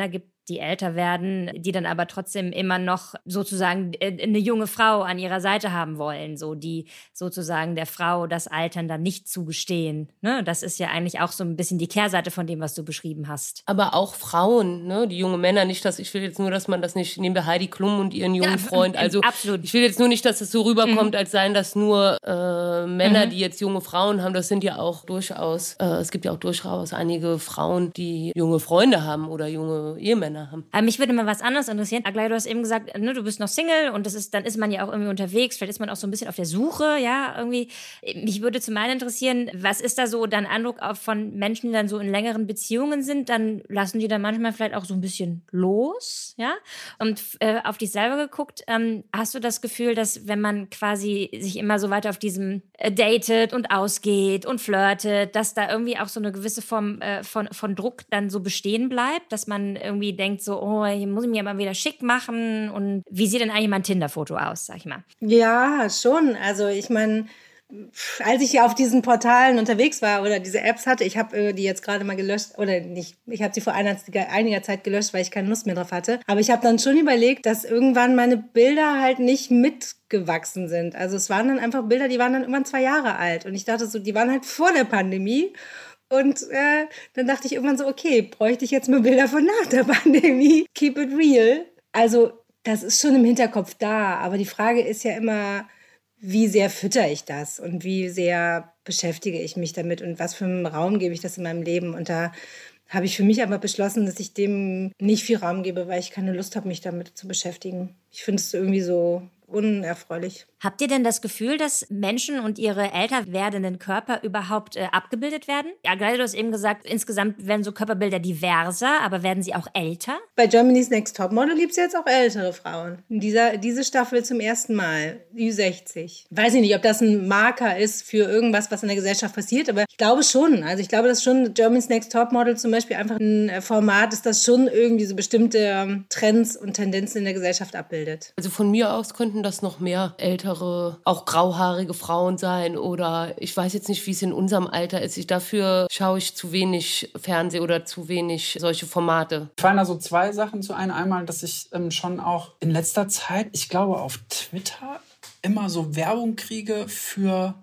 die älter werden, die dann aber trotzdem immer noch sozusagen eine junge Frau an ihrer Seite haben wollen, so die sozusagen der Frau das Altern dann nicht zugestehen. Ne? Das ist ja eigentlich auch so ein bisschen die Kehrseite von dem, was du beschrieben hast. Aber auch Frauen, ne? Die junge Männer, nicht, dass ich will jetzt nur, dass man das nicht, nehmen wir Heidi Klum und ihren jungen Freund, also absolut. Ich will jetzt nur nicht, dass es so rüberkommt, als seien das nur Männer, die jetzt junge Frauen haben. Das sind ja auch durchaus, es gibt ja auch durchaus einige Frauen, die junge Freunde haben oder junge Ehemänner haben. Aber mich würde mal was anderes interessieren. Aglaya, du hast eben gesagt, ne, du bist noch Single und dann ist man ja auch irgendwie unterwegs. Vielleicht ist man auch so ein bisschen auf der Suche, ja, irgendwie. Mich würde zum einen interessieren, was ist da so dein Eindruck von Menschen, die dann so in längeren Beziehungen sind? Dann lassen die dann manchmal vielleicht auch so ein bisschen los, ja? Und auf dich selber geguckt, hast du das Gefühl, dass wenn man quasi sich immer so weiter auf diesem datet und ausgeht und flirtet, dass da irgendwie auch so eine gewisse Form von Druck dann so bestehen bleibt, dass man irgendwie denkt so, oh, hier muss ich mich aber wieder schick machen und wie sieht denn eigentlich mein Tinder-Foto aus, sag ich mal? Ja, schon. Also ich meine, als ich ja auf diesen Portalen unterwegs war oder diese Apps hatte, ich habe die jetzt gerade mal gelöscht oder nicht, ich habe sie vor einiger Zeit gelöscht, weil ich keine Lust mehr drauf hatte. Aber ich habe dann schon überlegt, dass irgendwann meine Bilder halt nicht mitgewachsen sind. Also es waren dann einfach Bilder, die waren dann irgendwann 2 Jahre alt und ich dachte so, die waren halt vor der Pandemie. Und dann dachte ich irgendwann so, okay, bräuchte ich jetzt mal Bilder von nach der Pandemie? Keep it real. Also das ist schon im Hinterkopf da, aber die Frage ist ja immer, wie sehr fütter ich das und wie sehr beschäftige ich mich damit und was für einen Raum gebe ich das in meinem Leben. Und da habe ich für mich aber beschlossen, dass ich dem nicht viel Raum gebe, weil ich keine Lust habe, mich damit zu beschäftigen. Ich finde es irgendwie so unerfreulich. Habt ihr denn das Gefühl, dass Menschen und ihre älter werdenden Körper überhaupt abgebildet werden? Ja, gerade du hast eben gesagt, insgesamt werden so Körperbilder diverser, aber werden sie auch älter? Bei Germany's Next Topmodel gibt es jetzt auch ältere Frauen. Diese Staffel zum ersten Mal, Ü60. Weiß ich nicht, ob das ein Marker ist für irgendwas, was in der Gesellschaft passiert, aber ich glaube schon. Also ich glaube, dass schon Germany's Next Topmodel zum Beispiel einfach ein Format ist, das schon irgendwie so bestimmte Trends und Tendenzen in der Gesellschaft abbildet. Also von mir aus könnten das noch mehr ältere, auch grauhaarige Frauen sein oder ich weiß jetzt nicht, wie es in unserem Alter ist. Dafür schaue ich zu wenig Fernseh oder zu wenig solche Formate. Fallen da so 2 Sachen zu ein. Einmal, dass ich schon auch in letzter Zeit, ich glaube auf Twitter, immer so Werbung kriege für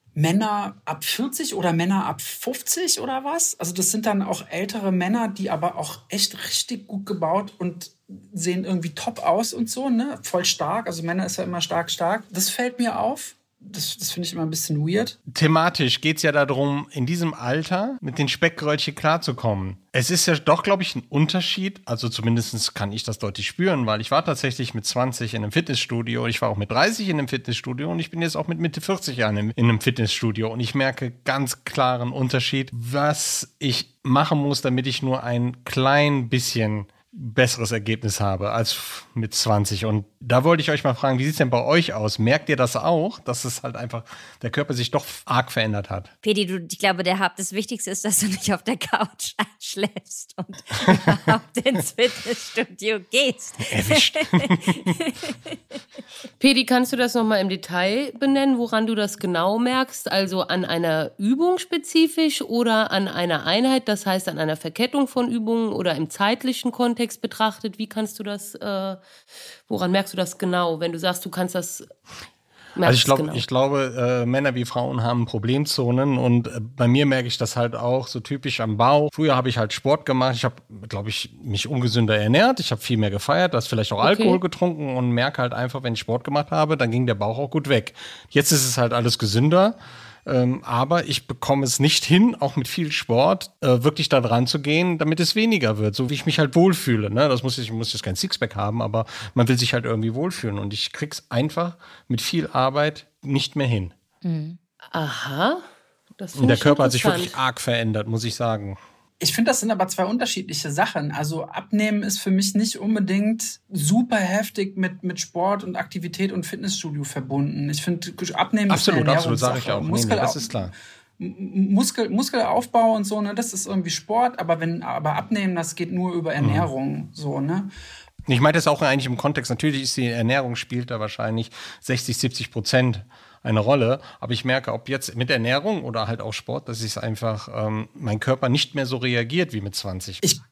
Männer ab 40 oder Männer ab 50 oder was. Also das sind dann auch ältere Männer, die aber auch echt richtig gut gebaut und sehen irgendwie top aus und so, ne? Voll stark. Also Männer ist ja immer stark. Das fällt mir auf. Das finde ich immer ein bisschen weird. Thematisch geht es ja darum, in diesem Alter mit den Speckgürtelchen klarzukommen. Es ist ja doch, glaube ich, ein Unterschied. Also zumindest kann ich das deutlich spüren, weil ich war tatsächlich mit 20 in einem Fitnessstudio. Ich war auch mit 30 in einem Fitnessstudio und ich bin jetzt auch mit Mitte 40 Jahren in einem Fitnessstudio. Und ich merke ganz klaren Unterschied, was ich machen muss, damit ich nur ein klein bisschen besseres Ergebnis habe als mit 20. Und da wollte ich euch mal fragen, wie sieht es denn bei euch aus? Merkt ihr das auch, dass es halt einfach, der Körper sich doch arg verändert hat? Pedi, ich glaube, das Wichtigste ist, dass du nicht auf der Couch einschläfst und überhaupt ins Fitnessstudio gehst. Erwischt. Pedi, kannst du das nochmal im Detail benennen, woran du das genau merkst? Also an einer Übung spezifisch oder an einer Einheit, das heißt an einer Verkettung von Übungen oder im zeitlichen Kontext betrachtet? Wie kannst du das, woran merkst du das genau, wenn du sagst, du kannst das... Also ich glaube, Männer wie Frauen haben Problemzonen und bei mir merke ich das halt auch so typisch am Bauch. Früher habe ich halt Sport gemacht, ich habe, glaube ich, mich ungesünder ernährt, ich habe viel mehr gefeiert, das vielleicht auch Alkohol getrunken und merke halt einfach, wenn ich Sport gemacht habe, dann ging der Bauch auch gut weg. Jetzt ist es halt alles gesünder. Aber ich bekomme es nicht hin, auch mit viel Sport, wirklich da dran zu gehen, damit es weniger wird, so wie ich mich halt wohlfühle. Ne? Ich muss jetzt kein Sixpack haben, aber man will sich halt irgendwie wohlfühlen. Und ich krieg's einfach mit viel Arbeit nicht mehr hin. Mhm. Aha. Das und der Körper hat sich wirklich arg verändert, muss ich sagen. Ich finde, das sind aber 2 unterschiedliche Sachen. Also Abnehmen ist für mich nicht unbedingt super heftig mit Sport und Aktivität und Fitnessstudio verbunden. Ich finde, Abnehmen ist eine Ernährungssache. Absolut, sage ich auch. Das ist klar. Muskelaufbau und so, ne, das ist irgendwie Sport, aber Abnehmen, das geht nur über Ernährung, so, ne? Ich meine das auch eigentlich im Kontext. Natürlich ist die Ernährung spielt da wahrscheinlich 60-70% eine Rolle. Aber ich merke, ob jetzt mit Ernährung oder halt auch Sport, dass es einfach mein Körper nicht mehr so reagiert wie mit 20. Ich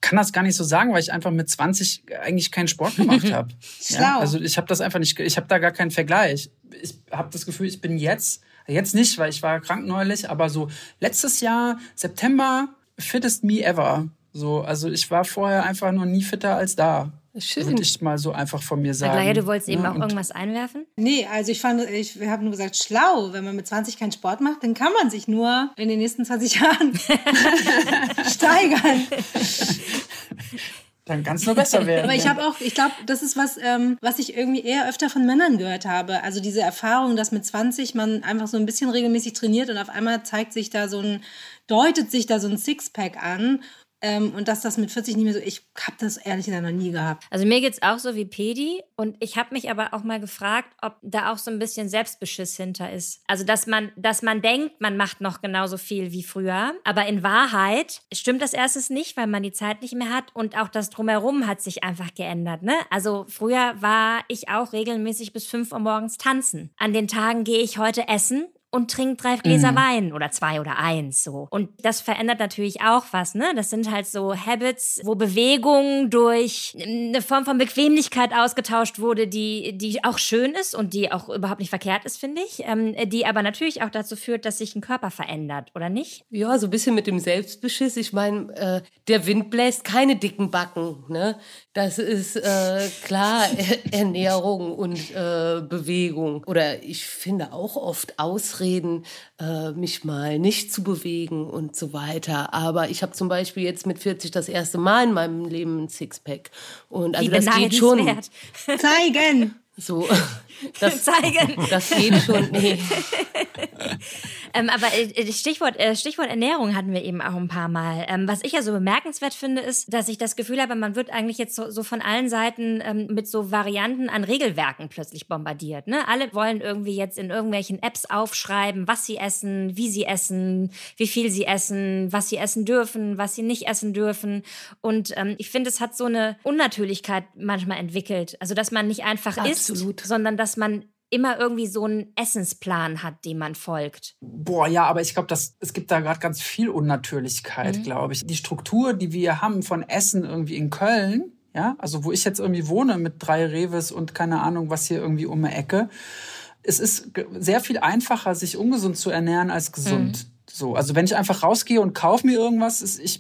kann das gar nicht so sagen, weil ich einfach mit 20 eigentlich keinen Sport gemacht habe. Schlau. Also ich habe das einfach nicht, ich habe da gar keinen Vergleich. Ich habe das Gefühl, ich bin jetzt nicht, weil ich war krank neulich, aber so letztes Jahr, September, fittest me ever. So, also ich war vorher einfach noch nie fitter als da. Schön. Würde ich mal so einfach von mir sagen. Aglaia, du wolltest eben Ja, auch und irgendwas einwerfen? Nee, also ich habe nur gesagt, schlau. Wenn man mit 20 keinen Sport macht, dann kann man sich nur in den nächsten 20 Jahren steigern. dann kann es nur besser werden. Aber ich glaube, das ist was ich irgendwie eher öfter von Männern gehört habe. Also diese Erfahrung, dass mit 20 man einfach so ein bisschen regelmäßig trainiert und auf einmal deutet sich da so ein Sixpack an. Und dass das mit 40 nicht mehr so, ich habe das ehrlich gesagt noch nie gehabt. Also mir geht's auch so wie Pedi und ich habe mich aber auch mal gefragt, ob da auch so ein bisschen Selbstbeschiss hinter ist. Also dass man denkt, man macht noch genauso viel wie früher, aber in Wahrheit stimmt das erstens nicht, weil man die Zeit nicht mehr hat und auch das Drumherum hat sich einfach geändert, ne? Also früher war ich auch regelmäßig bis 5 Uhr morgens tanzen. An den Tagen gehe ich heute essen und trinkt 3 Gläser Wein oder 2 oder 1 so. Und das verändert natürlich auch was, ne? Das sind halt so Habits, wo Bewegung durch eine Form von Bequemlichkeit ausgetauscht wurde, die auch schön ist und die auch überhaupt nicht verkehrt ist, finde ich. Die aber natürlich auch dazu führt, dass sich ein Körper verändert, oder nicht? Ja, so ein bisschen mit dem Selbstbeschiss. Ich meine, der Wind bläst keine dicken Backen, ne? Das ist klar, Ernährung und Bewegung. Oder ich finde auch oft Ausreden, mich mal nicht zu bewegen und so weiter. Aber ich habe zum Beispiel jetzt mit 40 das erste Mal in meinem Leben ein Sixpack. Und also das geht schon. Zeigen! So, Zeigen. Das geht schon. Nee. Aber Stichwort Ernährung hatten wir eben auch ein paar Mal. Was ich ja so bemerkenswert finde, ist, dass ich das Gefühl habe, man wird eigentlich jetzt so von allen Seiten mit so Varianten an Regelwerken plötzlich bombardiert. Ne? Alle wollen irgendwie jetzt in irgendwelchen Apps aufschreiben, was sie essen, wie sie essen, wie viel sie essen, was sie essen dürfen, was sie nicht essen dürfen. Und ich finde, es hat so eine Unnatürlichkeit manchmal entwickelt. Also, dass man nicht einfach Absolut. isst, sondern dass man immer irgendwie so einen Essensplan hat, dem man folgt. Boah, ja, aber ich glaube, es gibt da gerade ganz viel Unnatürlichkeit, glaube ich. Die Struktur, die wir haben von Essen irgendwie in Köln, ja, also wo ich jetzt irgendwie wohne mit 3 Reves und keine Ahnung, was hier irgendwie um die Ecke. Es ist sehr viel einfacher, sich ungesund zu ernähren als gesund. So, also wenn ich einfach rausgehe und kaufe mir irgendwas,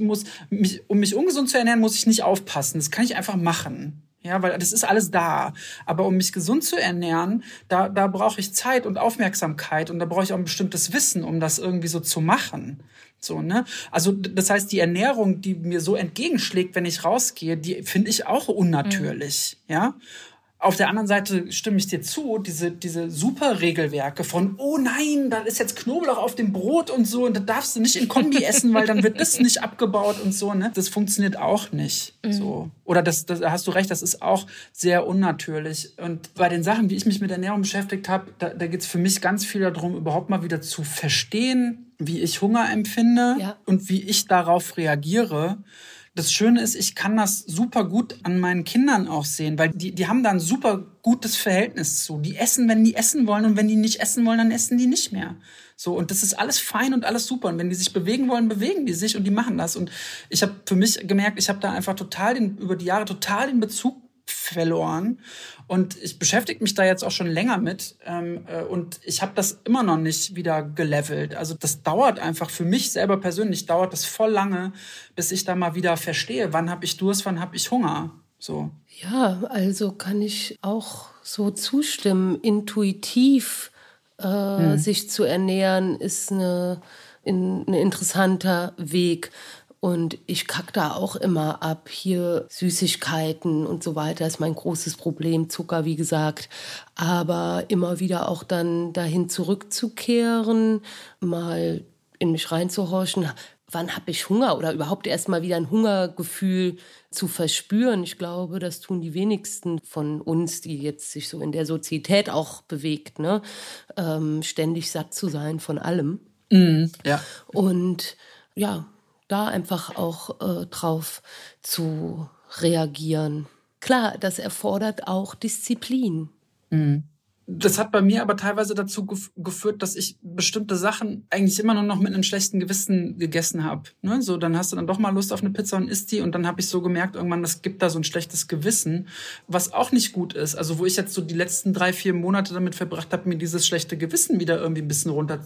um mich ungesund zu ernähren, muss ich nicht aufpassen. Das kann ich einfach machen. Ja, weil das ist alles da. Aber um mich gesund zu ernähren, da brauche ich Zeit und Aufmerksamkeit und da brauche ich auch ein bestimmtes Wissen, um das irgendwie so zu machen. So, ne? Also das heißt, die Ernährung, die mir so entgegenschlägt, wenn ich rausgehe, die finde ich auch unnatürlich. Ja. Auf der anderen Seite stimme ich dir zu, diese super Regelwerke von, oh nein, da ist jetzt Knoblauch auf dem Brot und so und da darfst du nicht in Kombi essen, weil dann wird das nicht abgebaut und so, ne? Das funktioniert auch nicht. So. Oder da hast du recht, das ist auch sehr unnatürlich. Und bei den Sachen, wie ich mich mit Ernährung beschäftigt habe, da geht es für mich ganz viel darum, überhaupt mal wieder zu verstehen, wie ich Hunger empfinde und wie ich darauf reagiere. Das Schöne ist, ich kann das super gut an meinen Kindern auch sehen, weil die haben da ein super gutes Verhältnis zu. Die essen, wenn die essen wollen und wenn die nicht essen wollen, dann essen die nicht mehr. So, und das ist alles fein und alles super. Und wenn die sich bewegen wollen, bewegen die sich und die machen das. Und ich habe für mich gemerkt, ich habe da einfach über die Jahre total den Bezug verloren. Und ich beschäftige mich da jetzt auch schon länger mit. Und ich habe das immer noch nicht wieder gelevelt. Also das dauert einfach für mich selber persönlich, dauert das voll lange, bis ich da mal wieder verstehe, wann habe ich Durst, wann habe ich Hunger. So. Ja, also kann ich auch so zustimmen. Intuitiv sich zu ernähren ist ein interessanter Weg. Und ich kack da auch immer ab. Hier Süßigkeiten und so weiter ist mein großes Problem. Zucker, wie gesagt. Aber immer wieder auch dann dahin zurückzukehren, mal in mich reinzuhorchen. Wann habe ich Hunger? Oder überhaupt erst mal wieder ein Hungergefühl zu verspüren. Ich glaube, das tun die wenigsten von uns, die jetzt sich so in der Sozietät auch bewegt, ne? Ständig satt zu sein von allem. Ja. Und ja, da einfach auch drauf zu reagieren. Klar, das erfordert auch Disziplin. Das hat bei mir aber teilweise dazu geführt, dass ich bestimmte Sachen eigentlich immer nur noch mit einem schlechten Gewissen gegessen habe. Ne? So, dann hast du dann doch mal Lust auf eine Pizza und isst die und dann habe ich so gemerkt, irgendwann, das gibt da so ein schlechtes Gewissen, was auch nicht gut ist. Also wo ich jetzt so die letzten 3-4 Monate damit verbracht habe, mir dieses schlechte Gewissen wieder irgendwie ein bisschen runter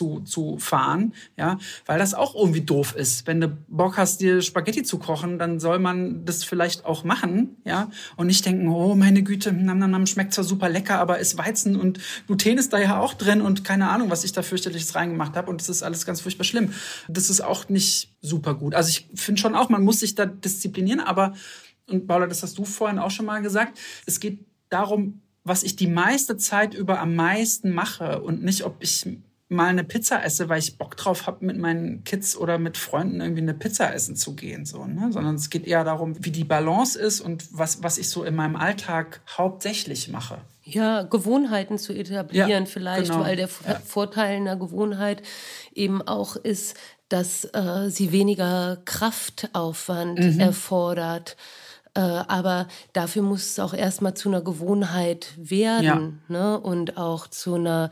zu fahren, ja, weil das auch irgendwie doof ist. Wenn du Bock hast, dir Spaghetti zu kochen, dann soll man das vielleicht auch machen, ja, und nicht denken, oh meine Güte, schmeckt zwar super lecker, aber ist Weizen und Gluten ist da ja auch drin und keine Ahnung, was ich da fürchterliches reingemacht habe und das ist alles ganz furchtbar schlimm. Das ist auch nicht super gut. Also ich finde schon auch, man muss sich da disziplinieren, aber, und Paula, das hast du vorhin auch schon mal gesagt, es geht darum, was ich die meiste Zeit über am meisten mache und nicht, ob ich mal eine Pizza esse, weil ich Bock drauf habe, mit meinen Kids oder mit Freunden irgendwie eine Pizza essen zu gehen, so, ne? Sondern es geht eher darum, wie die Balance ist und was ich so in meinem Alltag hauptsächlich mache. Ja, Gewohnheiten zu etablieren vielleicht, genau. weil der Vorteil einer Gewohnheit eben auch ist, dass sie weniger Kraftaufwand erfordert. Aber dafür muss es auch erstmal zu einer Gewohnheit werden, ne? Und auch zu einer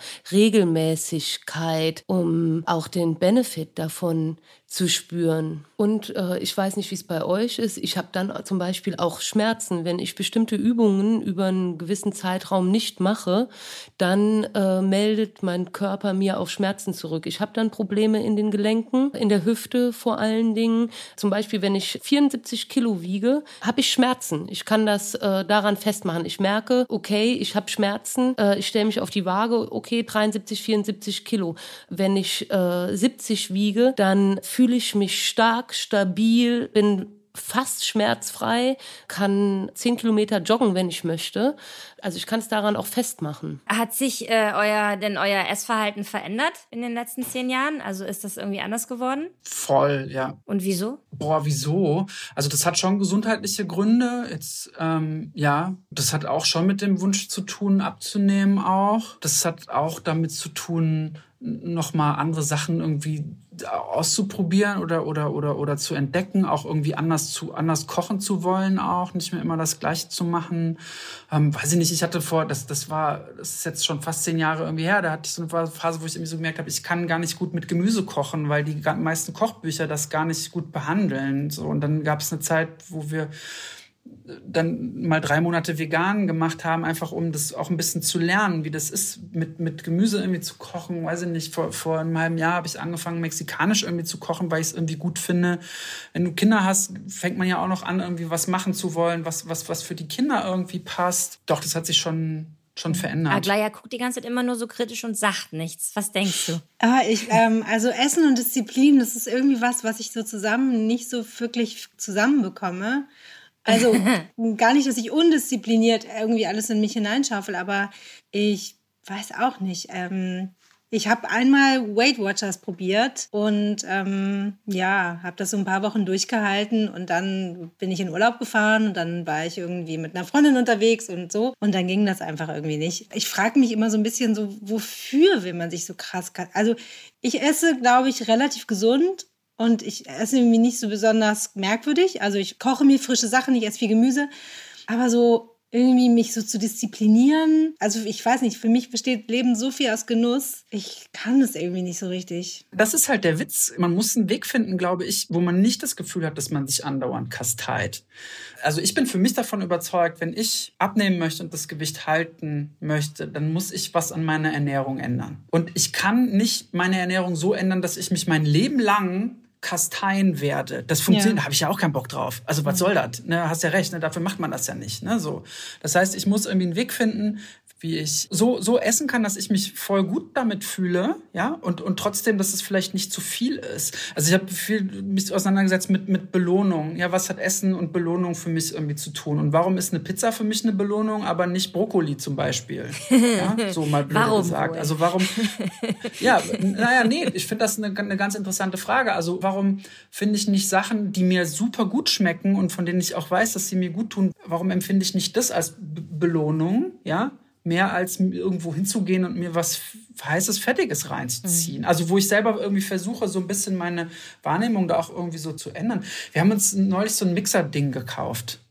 Regelmäßigkeit, um auch den Benefit davon zu spüren. Und ich weiß nicht, wie es bei euch ist. Ich habe dann zum Beispiel auch Schmerzen. Wenn ich bestimmte Übungen über einen gewissen Zeitraum nicht mache, dann meldet mein Körper mir auch Schmerzen zurück. Ich habe dann Probleme in den Gelenken, in der Hüfte vor allen Dingen. Zum Beispiel, wenn ich 74 Kilo wiege, habe ich Schmerzen. Ich kann das daran festmachen. Ich merke, okay, ich habe Schmerzen. Ich stelle mich auf die Waage, okay, 73, 74 Kilo. Wenn ich 70 wiege, dann fühle ich mich stark, stabil, bin fast schmerzfrei, kann 10 Kilometer joggen, wenn ich möchte. Also ich kann es daran auch festmachen. Hat sich euer Essverhalten verändert in den letzten 10 Jahren? Also ist das irgendwie anders geworden? Voll, ja. Und wieso? Wieso? Also das hat schon gesundheitliche Gründe. Jetzt, das hat auch schon mit dem Wunsch zu tun, abzunehmen auch. Das hat auch damit zu tun, nochmal andere Sachen irgendwie auszuprobieren oder zu entdecken, auch irgendwie anders kochen zu wollen, auch nicht mehr immer das Gleiche zu machen. Weiß ich nicht, ich hatte das ist jetzt schon fast 10 Jahre irgendwie her, da hatte ich so eine Phase, wo ich irgendwie so gemerkt habe, ich kann gar nicht gut mit Gemüse kochen, weil die meisten Kochbücher das gar nicht gut behandeln. So, und dann gab es eine Zeit, wo wir dann mal 3 Monate vegan gemacht haben, einfach um das auch ein bisschen zu lernen, wie das ist, mit Gemüse irgendwie zu kochen. Weiß ich nicht, vor einem halben Jahr habe ich angefangen, mexikanisch irgendwie zu kochen, weil ich es irgendwie gut finde. Wenn du Kinder hast, fängt man ja auch noch an, irgendwie was machen zu wollen, was für die Kinder irgendwie passt. Doch, das hat sich schon verändert. Aglaya guckt die ganze Zeit immer nur so kritisch und sagt nichts. Was denkst du? Also Essen und Disziplin, das ist irgendwie was ich so zusammen nicht so wirklich zusammenbekomme. Also gar nicht, dass ich undiszipliniert irgendwie alles in mich hineinschaufel, aber ich weiß auch nicht. Ich habe einmal Weight Watchers probiert und habe das so ein paar Wochen durchgehalten und dann bin ich in Urlaub gefahren und dann war ich irgendwie mit einer Freundin unterwegs und so und dann ging das einfach irgendwie nicht. Ich frage mich immer so ein bisschen so, wofür will man sich so krass... Also ich esse, glaube ich, relativ gesund. Und ich esse irgendwie nicht so besonders merkwürdig. Also ich koche mir frische Sachen, ich esse viel Gemüse. Aber so irgendwie mich so zu disziplinieren, also ich weiß nicht, für mich besteht Leben so viel aus Genuss. Ich kann das irgendwie nicht so richtig. Das ist halt der Witz. Man muss einen Weg finden, glaube ich, wo man nicht das Gefühl hat, dass man sich andauernd kasteit. Also ich bin für mich davon überzeugt, wenn ich abnehmen möchte und das Gewicht halten möchte, dann muss ich was an meiner Ernährung ändern. Und ich kann nicht meine Ernährung so ändern, dass ich mich mein Leben lang kasteien werde. Das funktioniert, da habe ich ja auch keinen Bock drauf. Also was soll das? Ne, hast ja recht, ne, dafür macht man das ja nicht. Ne, so. Das heißt, ich muss irgendwie einen Weg finden, wie ich so essen kann, dass ich mich voll gut damit fühle, ja, und trotzdem, dass es vielleicht nicht zu viel ist. Also ich habe mich auseinandergesetzt mit Belohnung. Ja, was hat Essen und Belohnung für mich irgendwie zu tun? Und warum ist eine Pizza für mich eine Belohnung, aber nicht Brokkoli zum Beispiel? Ja, so mal blöd gesagt. Also warum? Ja, ich finde das eine ganz interessante Frage. Also warum finde ich nicht Sachen, die mir super gut schmecken und von denen ich auch weiß, dass sie mir gut tun? Warum empfinde ich nicht das als Belohnung? Ja. Mehr als irgendwo hinzugehen und mir was heißes, Fettiges reinzuziehen. Also wo ich selber irgendwie versuche, so ein bisschen meine Wahrnehmung da auch irgendwie so zu ändern. Wir haben uns neulich so ein Mixer-Ding gekauft.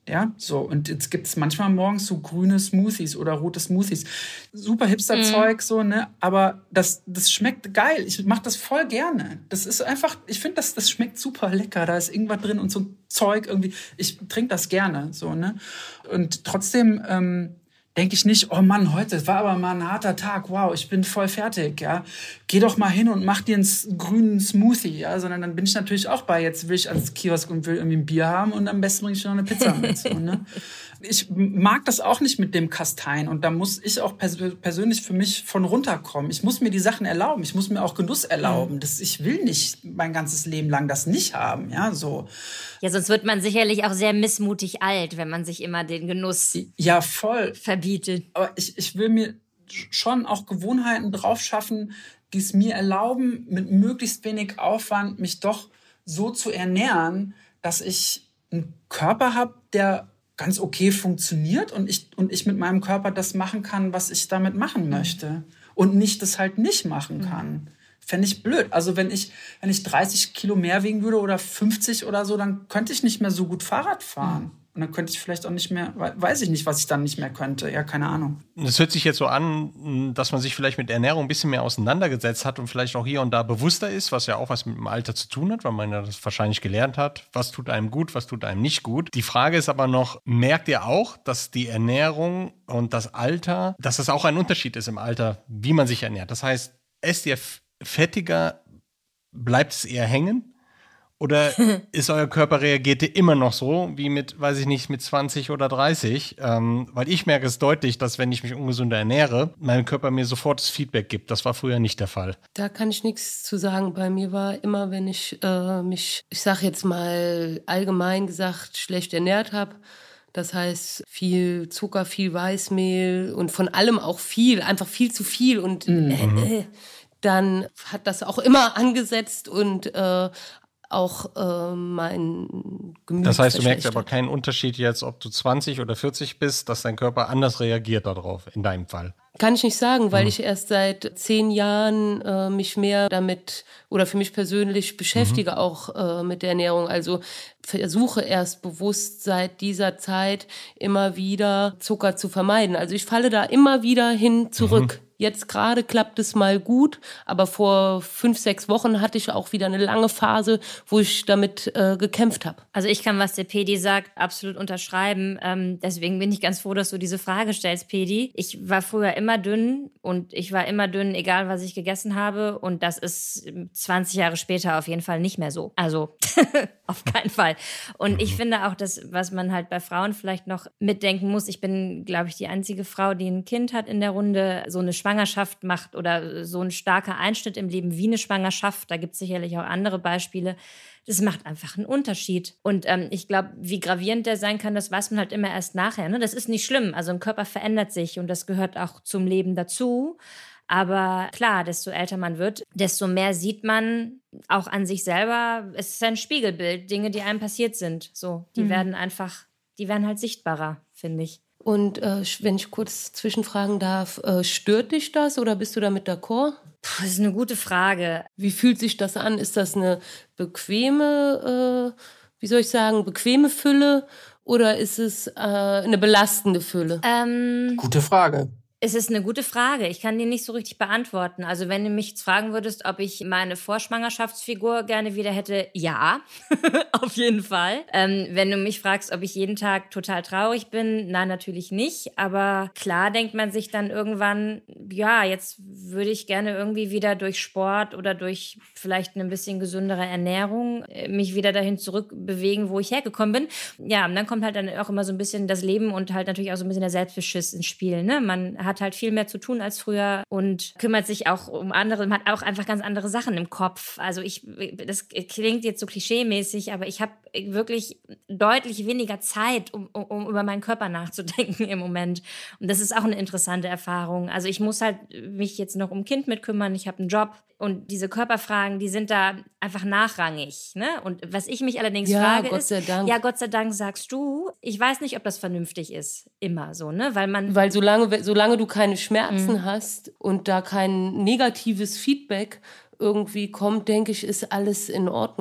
Ja, so. Und jetzt gibt es manchmal morgens so grüne Smoothies oder rote Smoothies. Super Hipster-Zeug, so, ne? Aber das schmeckt geil. Ich mache das voll gerne. Das ist einfach, ich finde, das schmeckt super lecker. Da ist irgendwas drin und so ein Zeug irgendwie. Ich trinke das gerne, so, ne? Und trotzdem, denke ich nicht, oh Mann, heute war aber mal ein harter Tag, wow, ich bin voll fertig, ja. Geh doch mal hin und mach dir einen grünen Smoothie, ja, sondern dann bin ich natürlich auch bei, jetzt will ich ans Kiosk und will irgendwie ein Bier haben und am besten bringe ich noch eine Pizza mit, so, ne. Ich mag das auch nicht mit dem Kasteien und da muss ich auch persönlich für mich von runterkommen. Ich muss mir die Sachen erlauben, ich muss mir auch Genuss erlauben. Ich will nicht mein ganzes Leben lang das nicht haben, ja, so. Ja, sonst wird man sicherlich auch sehr missmutig alt, wenn man sich immer den Genuss voll verbietet. Aber ich will mir schon auch Gewohnheiten drauf schaffen, die es mir erlauben, mit möglichst wenig Aufwand mich doch so zu ernähren, dass ich einen Körper habe, der ganz okay funktioniert und ich mit meinem Körper das machen kann, was ich damit machen möchte. Und nicht das halt nicht machen kann. Fände ich blöd. Also wenn ich 30 Kilo mehr wiegen würde oder 50 oder so, dann könnte ich nicht mehr so gut Fahrrad fahren. Und dann könnte ich vielleicht auch nicht mehr, weiß ich nicht, was ich dann nicht mehr könnte. Ja, keine Ahnung. Das hört sich jetzt so an, dass man sich vielleicht mit Ernährung ein bisschen mehr auseinandergesetzt hat und vielleicht auch hier und da bewusster ist, was ja auch was mit dem Alter zu tun hat, weil man ja das wahrscheinlich gelernt hat, was tut einem gut, was tut einem nicht gut. Die Frage ist aber noch, merkt ihr auch, dass die Ernährung und das Alter, dass es auch ein Unterschied ist im Alter, wie man sich ernährt? Das heißt, esst ihr fettiger, bleibt es eher hängen? Oder ist euer Körper reagiert ihr immer noch so, wie mit 20 oder 30? Weil ich merke es deutlich, dass wenn ich mich ungesünder ernähre, mein Körper mir sofort das Feedback gibt. Das war früher nicht der Fall. Da kann ich nichts zu sagen. Bei mir war immer, wenn ich mich, ich sag jetzt mal allgemein gesagt, schlecht ernährt habe, das heißt viel Zucker, viel Weißmehl und von allem auch viel, einfach viel zu viel und dann hat das auch immer angesetzt und auch mein Gemüt. Das heißt, du merkst aber keinen Unterschied jetzt, ob du 20 oder 40 bist, dass dein Körper anders reagiert darauf, in deinem Fall. Kann ich nicht sagen, weil ich erst seit 10 Jahren mich mehr damit oder für mich persönlich beschäftige, auch mit der Ernährung. Also versuche erst bewusst seit dieser Zeit immer wieder Zucker zu vermeiden. Also ich falle da immer wieder hin zurück. Jetzt gerade klappt es mal gut, aber vor 5, 6 Wochen hatte ich auch wieder eine lange Phase, wo ich damit gekämpft habe. Also ich kann, was der Pedi sagt, absolut unterschreiben. Deswegen bin ich ganz froh, dass du diese Frage stellst, Pedi. Ich war früher immer dünn und ich war immer dünn, egal was ich gegessen habe. Und das ist 20 Jahre später auf jeden Fall nicht mehr so. Also auf keinen Fall. Und ich finde auch, dass, was man halt bei Frauen vielleicht noch mitdenken muss, ich bin, glaube ich, die einzige Frau, die ein Kind hat in der Runde, so eine Schwangerschaft macht oder so ein starker Einschnitt im Leben wie eine Schwangerschaft. Da gibt es sicherlich auch andere Beispiele. Das macht einfach einen Unterschied. Und ich glaube, wie gravierend der sein kann, das weiß man halt immer erst nachher. Ne? Das ist nicht schlimm. Also ein Körper verändert sich und das gehört auch zum Leben dazu. Aber klar, desto älter man wird, desto mehr sieht man auch an sich selber. Es ist ein Spiegelbild, Dinge, die einem passiert sind. So, die werden halt sichtbarer, finde ich. Und wenn ich kurz zwischenfragen darf, stört dich das oder bist du damit d'accord? Das ist eine gute Frage. Wie fühlt sich das an? Ist das eine bequeme, bequeme Fülle oder ist es eine belastende Fülle? Gute Frage. Es ist eine gute Frage. Ich kann die nicht so richtig beantworten. Also wenn du mich jetzt fragen würdest, ob ich meine Vorschwangerschaftsfigur gerne wieder hätte, ja, auf jeden Fall. Wenn du mich fragst, ob ich jeden Tag total traurig bin, nein, natürlich nicht. Aber klar denkt man sich dann irgendwann, ja, jetzt würde ich gerne irgendwie wieder durch Sport oder durch vielleicht eine bisschen gesündere Ernährung mich wieder dahin zurückbewegen, wo ich hergekommen bin. Ja, und dann kommt halt dann auch immer so ein bisschen das Leben und halt natürlich auch so ein bisschen der Selbstbeschiss ins Spiel, ne? Man hat halt viel mehr zu tun als früher und kümmert sich auch um andere, man hat auch einfach ganz andere Sachen im Kopf. Also das klingt jetzt so klischeemäßig, aber ich habe wirklich deutlich weniger Zeit, um über meinen Körper nachzudenken im Moment. Und das ist auch eine interessante Erfahrung. Also ich muss halt mich jetzt noch um Kind mitkümmern, ich habe einen Job und diese Körperfragen, die sind da einfach nachrangig. Ne? Und was ich mich allerdings frage Gott sei Dank. Ja, Gott sei Dank sagst du, ich weiß nicht, ob das vernünftig ist, immer so, ne? Weil solange du keine Schmerzen hast und da kein negatives Feedback irgendwie kommt, denke ich, ist alles in Ordnung.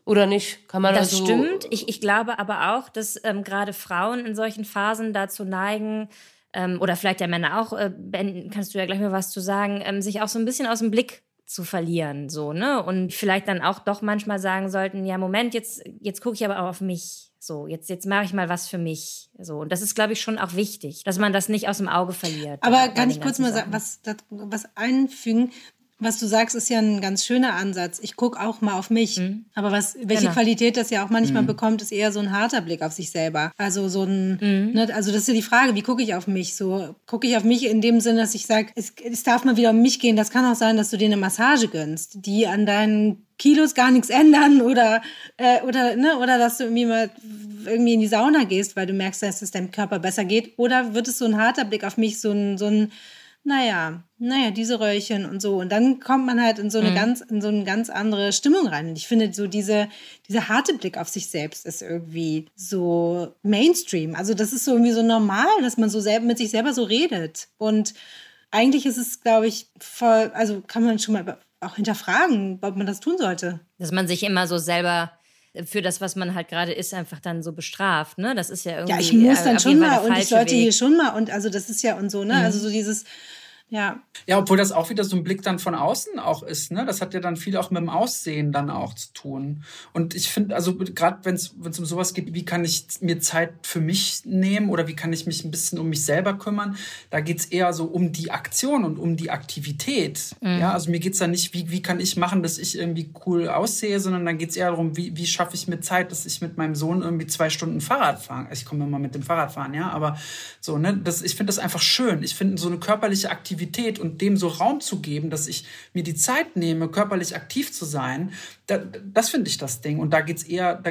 Oder nicht? Kann man Das also stimmt. Ich glaube aber auch, dass gerade Frauen in solchen Phasen dazu neigen, oder vielleicht ja Männer auch, Ben, kannst du ja gleich mal was zu sagen, sich auch so ein bisschen aus dem Blick zu verlieren, so, ne? Und vielleicht dann auch doch manchmal sagen sollten, ja, Moment, jetzt gucke ich aber auch auf mich. So, jetzt mache ich mal was für mich. So, und das ist, glaube ich, schon auch wichtig, dass man das nicht aus dem Auge verliert. Aber kann ich kurz mal sagen, was einfügen? Was du sagst, ist ja ein ganz schöner Ansatz. Ich gucke auch mal auf mich. Aber welche Qualität das ja auch manchmal bekommt, ist eher so ein harter Blick auf sich selber. Also so ein, ne, also das ist ja die Frage, wie gucke ich auf mich? So gucke ich auf mich in dem Sinne, dass ich sage, es darf mal wieder um mich gehen. Das kann auch sein, dass du dir eine Massage gönnst, die an deinen Kilos gar nichts ändern oder dass du irgendwie mal in die Sauna gehst, weil du merkst, dass es deinem Körper besser geht. Oder wird es so ein harter Blick auf mich, so ein naja, diese Röllchen und so. Und dann kommt man halt in so eine ganz andere Stimmung rein. Und ich finde, so dieser harte Blick auf sich selbst ist irgendwie so Mainstream. Also das ist so irgendwie so normal, dass man so mit sich selber so redet. Und eigentlich ist es, glaube ich, also kann man schon mal auch hinterfragen, ob man das tun sollte. Dass man sich immer so selber für das, was man halt gerade ist, einfach dann so bestraft, ne? Das ist ja irgendwie. Ja, ich muss dann schon mal und ich sollte Weg. hier schon mal und also das ist ja und so, ne? Also so dieses, ja. Ja, obwohl das auch wieder so ein Blick dann von außen auch ist, ne? Das hat ja dann viel auch mit dem Aussehen dann auch zu tun. Und ich finde, also gerade wenn es um sowas geht, wie kann ich mir Zeit für mich nehmen oder wie kann ich mich ein bisschen um mich selber kümmern, da geht's eher so um die Aktion und um die Aktivität. Ja, also mir geht's da nicht, wie kann ich machen, dass ich irgendwie cool aussehe, sondern dann geht's eher darum, wie schaffe ich mir Zeit, dass ich mit meinem Sohn irgendwie 2 Stunden Fahrrad fahre. Ich komme immer mit dem Fahrradfahren, ja, aber so, ne, ich finde das einfach schön. Ich finde so eine körperliche Aktivität und dem so Raum zu geben, dass ich mir die Zeit nehme, körperlich aktiv zu sein, das finde ich das Ding. Und da geht's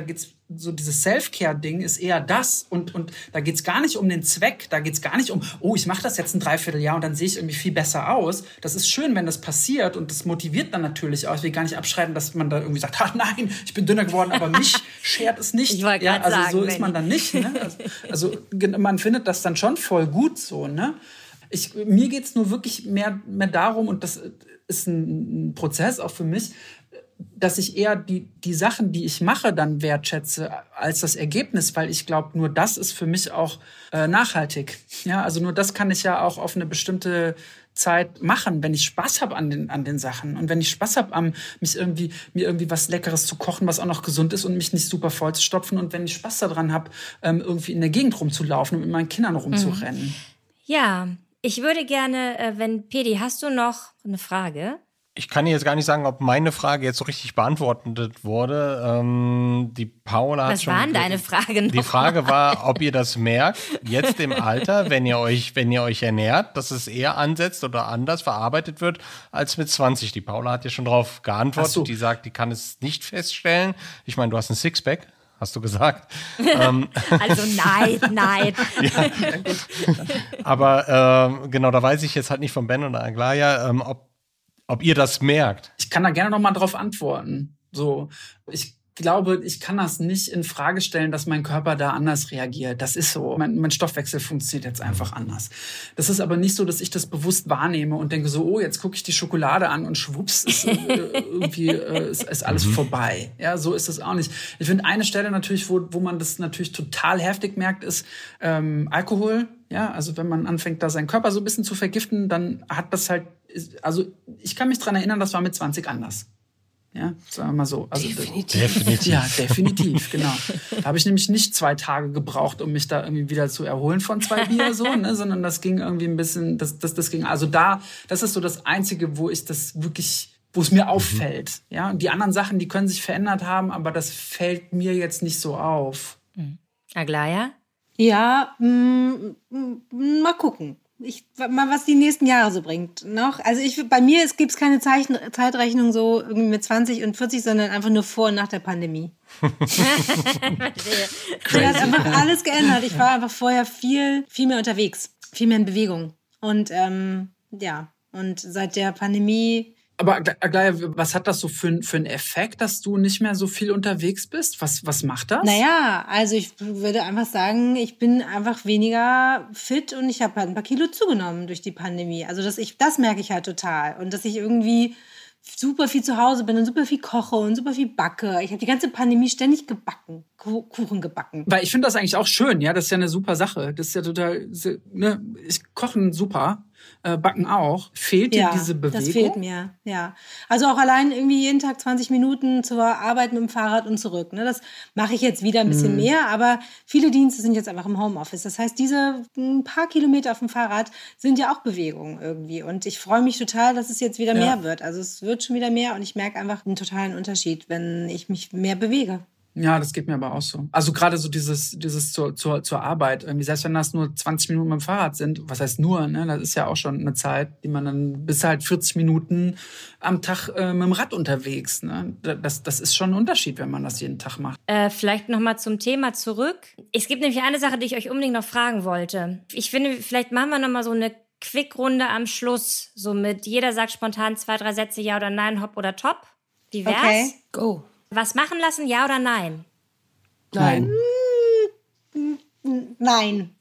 so dieses Self-Care-Ding ist eher das und da geht's gar nicht um den Zweck, da geht's gar nicht um, oh, ich mache das jetzt ein Dreivierteljahr und dann sehe ich irgendwie viel besser aus. Das ist schön, wenn das passiert und das motiviert dann natürlich auch. Ich will gar nicht abschreiben, dass man da irgendwie sagt, nein, ich bin dünner geworden, aber mich schert es nicht. Ich wollte gerade sagen, so ist man dann nicht. Ne? Also man findet das dann schon voll gut so, ne? Mir geht's nur wirklich mehr darum, und das ist ein Prozess auch für mich, dass ich eher die Sachen, die ich mache, dann wertschätze als das Ergebnis, weil ich glaube, nur das ist für mich auch nachhaltig. Ja, also nur das kann ich ja auch auf eine bestimmte Zeit machen, wenn ich Spaß habe an den Sachen und wenn ich Spaß habe, mir irgendwie was Leckeres zu kochen, was auch noch gesund ist und mich nicht super voll zu stopfen und wenn ich Spaß daran habe, irgendwie in der Gegend rumzulaufen und mit meinen Kindern rumzurennen. Ja, ich würde gerne, Pedi, hast du noch eine Frage? Ich kann jetzt gar nicht sagen, ob meine Frage jetzt so richtig beantwortet wurde. Die Paula hat schon. Was war denn deine Frage noch? Die Frage war, ob ihr das merkt, jetzt im Alter, wenn ihr euch ernährt, dass es eher ansetzt oder anders verarbeitet wird als mit 20. Die Paula hat ja schon darauf geantwortet. So. Die sagt, die kann es nicht feststellen. Ich meine, du hast ein Sixpack. Hast du gesagt? Also nein. Ja. Aber genau, da weiß ich jetzt halt nicht von Ben oder Aglaya, ob ihr das merkt. Ich kann da gerne noch mal drauf antworten. So, ich glaube, ich kann das nicht in Frage stellen, dass mein Körper da anders reagiert. Das ist so. Mein Stoffwechsel funktioniert jetzt einfach anders. Das ist aber nicht so, dass ich das bewusst wahrnehme und denke so, oh, jetzt gucke ich die Schokolade an und schwupps, ist alles vorbei. Ja, so ist es auch nicht. Ich finde, eine Stelle natürlich, wo man das natürlich total heftig merkt, ist Alkohol. Ja, also wenn man anfängt, da seinen Körper so ein bisschen zu vergiften, dann hat das halt, also ich kann mich dran erinnern, das war mit 20 anders. Ja, sagen wir mal so. Also, Definitiv. Ja, definitiv, genau. Da habe ich nämlich nicht 2 Tage gebraucht, um mich da irgendwie wieder zu erholen von 2 Bier, so, ne, sondern das ging irgendwie ein bisschen, das ging, also das ist so das Einzige, wo es mir auffällt. Ja, und die anderen Sachen, die können sich verändert haben, aber das fällt mir jetzt nicht so auf. Aglaya? Ja, mal gucken. Was die nächsten Jahre so bringt. Noch. Also bei mir gibt es keine Zeitrechnung so irgendwie mit 20 und 40, sondern einfach nur vor und nach der Pandemie. Da hat einfach alles geändert. Ich war einfach vorher viel mehr unterwegs, viel mehr in Bewegung. Und und seit der Pandemie. Aber Aglaya, was hat das so für einen Effekt, dass du nicht mehr so viel unterwegs bist? Was macht das? Naja, also ich würde einfach sagen, ich bin einfach weniger fit und ich habe halt ein paar Kilo zugenommen durch die Pandemie. Also das merke ich halt total. Und dass ich irgendwie super viel zu Hause bin und super viel koche und super viel backe. Ich habe die ganze Pandemie ständig gebacken, Kuchen gebacken. Weil ich finde das eigentlich auch schön, ja, das ist ja eine super Sache. Das ist ja total, ne, ich kochen super, backen auch. Fehlt dir diese Bewegung? Das fehlt mir, ja. Also auch allein irgendwie jeden Tag 20 Minuten zur Arbeit mit dem Fahrrad und zurück. Ne? Das mache ich jetzt wieder ein bisschen mehr, aber viele Dienste sind jetzt einfach im Homeoffice. Das heißt, diese ein paar Kilometer auf dem Fahrrad sind ja auch Bewegungen irgendwie. Und ich freue mich total, dass es jetzt wieder mehr wird. Also es wird schon wieder mehr und ich merke einfach einen totalen Unterschied, wenn ich mich mehr bewege. Ja, das geht mir aber auch so. Also gerade so dieses zur Arbeit. Irgendwie, selbst wenn das nur 20 Minuten mit dem Fahrrad sind, was heißt nur, ne? Das ist ja auch schon eine Zeit, die man dann bis halt 40 Minuten am Tag mit dem Rad unterwegs. Ne? Das ist schon ein Unterschied, wenn man das jeden Tag macht. Vielleicht nochmal zum Thema zurück. Es gibt nämlich eine Sache, die ich euch unbedingt noch fragen wollte. Ich finde, vielleicht machen wir nochmal so eine Quickrunde am Schluss. So mit jeder sagt spontan 2, 3 Sätze, ja oder nein, hopp oder top. Wie wär's? Okay. Go. Was machen lassen, ja oder nein? Nein. Nein.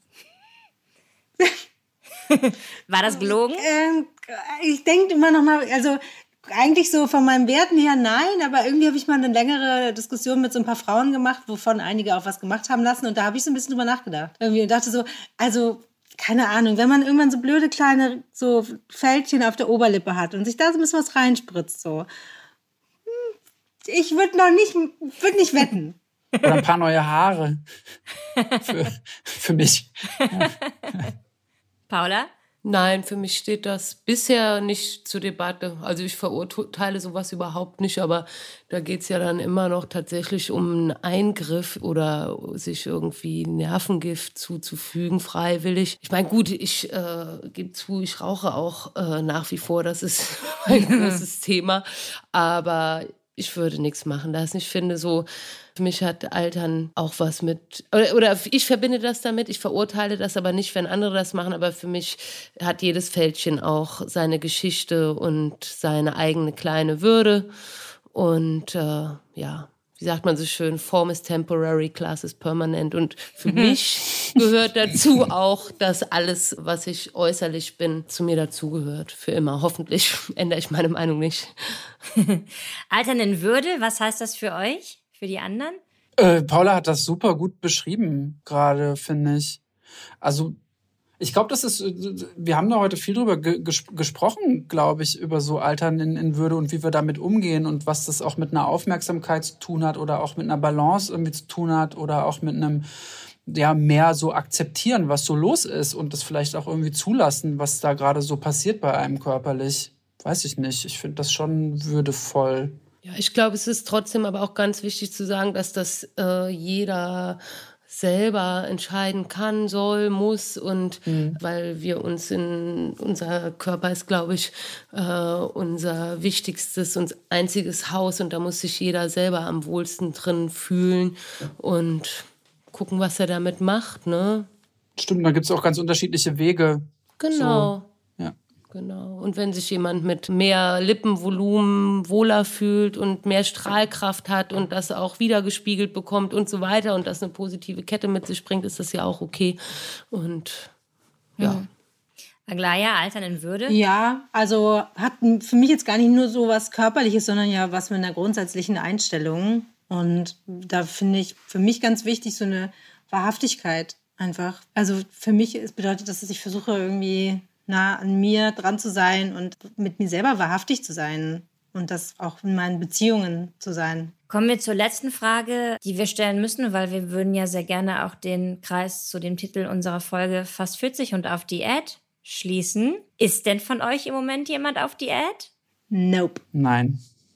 War das gelogen? Ich denke immer noch mal, also eigentlich so von meinen Werten her nein, aber irgendwie habe ich mal eine längere Diskussion mit so ein paar Frauen gemacht, wovon einige auch was gemacht haben lassen und da habe ich so ein bisschen drüber nachgedacht. Irgendwie und dachte so, also keine Ahnung, wenn man irgendwann so blöde kleine so Fältchen auf der Oberlippe hat und sich da so ein bisschen was reinspritzt, so. Ich würde nicht wetten. Oder ein paar neue Haare. Für mich. Paula? Nein, für mich steht das bisher nicht zur Debatte. Also ich verurteile sowas überhaupt nicht, aber da geht's ja dann immer noch tatsächlich um einen Eingriff oder sich irgendwie Nervengift zuzufügen, freiwillig. Ich meine, gut, ich gebe zu, ich rauche auch nach wie vor, das ist ein großes Thema, aber ich würde nichts machen lassen. Ich finde so, für mich hat Altern auch was mit, oder ich verbinde das damit, ich verurteile das aber nicht, wenn andere das machen, aber für mich hat jedes Fältchen auch seine Geschichte und seine eigene kleine Würde und ja, wie sagt man so schön, Form is temporary, class is permanent und für mich gehört dazu auch, dass alles, was ich äußerlich bin, zu mir dazugehört, für immer. Hoffentlich ändere ich meine Meinung nicht. Altern in Würde, was heißt das für euch, für die anderen? Paula hat das super gut beschrieben gerade, finde ich. Also ich glaube, wir haben da heute viel drüber gesprochen, glaube ich, über so Altern in Würde und wie wir damit umgehen und was das auch mit einer Aufmerksamkeit zu tun hat oder auch mit einer Balance irgendwie zu tun hat oder auch mit einem, ja, mehr so akzeptieren, was so los ist und das vielleicht auch irgendwie zulassen, was da gerade so passiert bei einem körperlich. Weiß ich nicht. Ich finde das schon würdevoll. Ja, ich glaube, es ist trotzdem aber auch ganz wichtig zu sagen, dass das jeder selber entscheiden kann, soll, muss und weil wir uns unser Körper ist, glaube ich, unser wichtigstes und einziges Haus und da muss sich jeder selber am wohlsten drin fühlen und gucken, was er damit macht, ne? Stimmt, da gibt es auch ganz unterschiedliche Wege. Genau. So, ja. Genau. Und wenn sich jemand mit mehr Lippenvolumen wohler fühlt und mehr Strahlkraft hat und das auch wiedergespiegelt bekommt und so weiter und das eine positive Kette mit sich bringt, ist das ja auch okay. Und ja. Aglaya, Altern in Würde? Ja, also hat für mich jetzt gar nicht nur so was Körperliches, sondern ja was mit einer grundsätzlichen Einstellung. Und da finde ich für mich ganz wichtig so eine Wahrhaftigkeit einfach. Also für mich bedeutet das, dass ich versuche irgendwie nah an mir dran zu sein und mit mir selber wahrhaftig zu sein und das auch in meinen Beziehungen zu sein. Kommen wir zur letzten Frage, die wir stellen müssen, weil wir würden ja sehr gerne auch den Kreis zu dem Titel unserer Folge Fast 40 und auf Diät schließen. Ist denn von euch im Moment jemand auf Diät? Nope. Nein.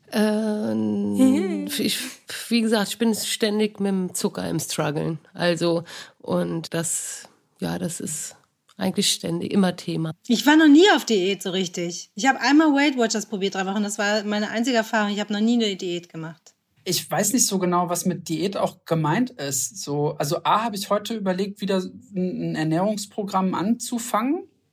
Wie gesagt, ich bin ständig mit dem Zucker im Struggeln. Also, und das ist eigentlich ständig immer Thema. Ich war noch nie auf Diät so richtig. Ich habe einmal Weight Watchers probiert, 3 Wochen. Das war meine einzige Erfahrung. Ich habe noch nie eine Diät gemacht. Ich weiß nicht so genau, was mit Diät auch gemeint ist. So, also habe ich heute überlegt, wieder ein Ernährungsprogramm anzufangen.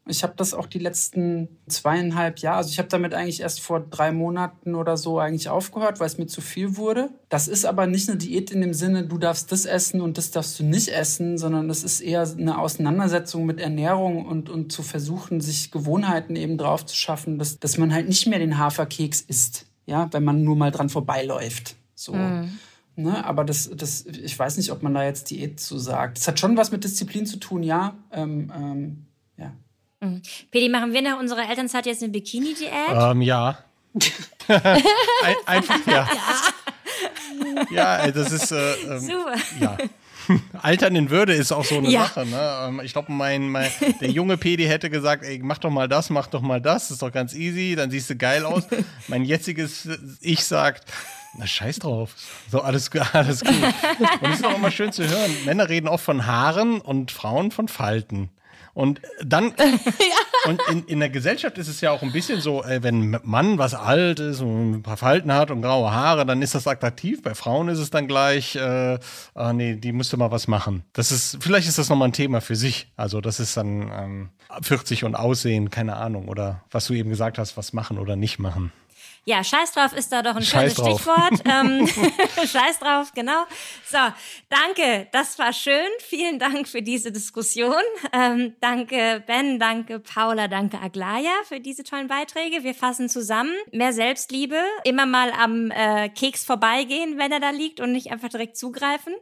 Ich habe das auch die letzten 2,5 Jahre, also ich habe damit eigentlich erst vor 3 Monaten oder so eigentlich aufgehört, weil es mir zu viel wurde. Das ist aber nicht eine Diät in dem Sinne, du darfst das essen und das darfst du nicht essen, sondern das ist eher eine Auseinandersetzung mit Ernährung und zu versuchen, sich Gewohnheiten eben drauf zu schaffen, dass man halt nicht mehr den Haferkeks isst, ja, wenn man nur mal dran vorbeiläuft. So. Ne, aber das, ich weiß nicht, ob man da jetzt Diät zu sagt. Das hat schon was mit Disziplin zu tun, ja. Ja. Pedi, machen wir nach unserer Elternzeit jetzt eine Bikini-Diät? Ja. Einfach, ja. Ja, das ist, Super. ja. Altern in Würde ist auch so eine Sache. Ne? Ich glaube, der junge Pedi hätte gesagt, ey, mach doch mal das, ist doch ganz easy, dann siehst du geil aus. Mein jetziges Ich sagt, na, scheiß drauf. So, alles gut. Und es ist auch immer schön zu hören. Männer reden oft von Haaren und Frauen von Falten. Und dann, und in der Gesellschaft ist es ja auch ein bisschen so, wenn ein Mann was alt ist und ein paar Falten hat und graue Haare, dann ist das attraktiv. Bei Frauen ist es dann gleich, nee, die müsste mal was machen. Vielleicht ist das nochmal ein Thema für sich. Also das ist dann 40 und Aussehen, keine Ahnung. Oder was du eben gesagt hast, was machen oder nicht machen. Ja, Scheiß drauf ist da doch ein schönes Stichwort. Scheiß drauf, genau. So, danke, das war schön. Vielen Dank für diese Diskussion. Danke Ben, danke Paula, danke Aglaya für diese tollen Beiträge. Wir fassen zusammen. Mehr Selbstliebe, immer mal am Keks vorbeigehen, wenn er da liegt und nicht einfach direkt zugreifen.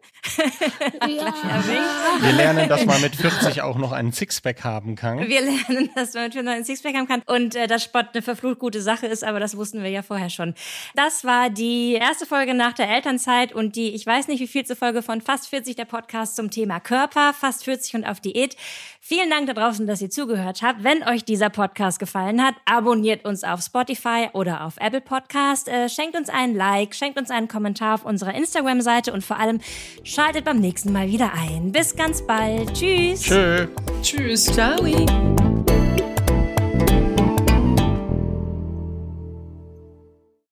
Wir lernen, dass man mit 40 auch noch einen Sixpack haben kann. Wir lernen, dass man mit 40 noch einen Sixpack haben kann und dass Sport eine verflucht gute Sache ist, aber das wussten wir ja vorher schon. Das war die erste Folge nach der Elternzeit und die, ich weiß nicht, wie vielte Folge von Fast 40, der Podcast zum Thema Körper, Fast 40 und auf Diät. Vielen Dank da draußen, dass ihr zugehört habt. Wenn euch dieser Podcast gefallen hat, abonniert uns auf Spotify oder auf Apple Podcast, schenkt uns einen Like, schenkt uns einen Kommentar auf unserer Instagram-Seite und vor allem schaltet beim nächsten Mal wieder ein. Bis ganz bald. Tschüss. Tschö. Tschüss. Ciao.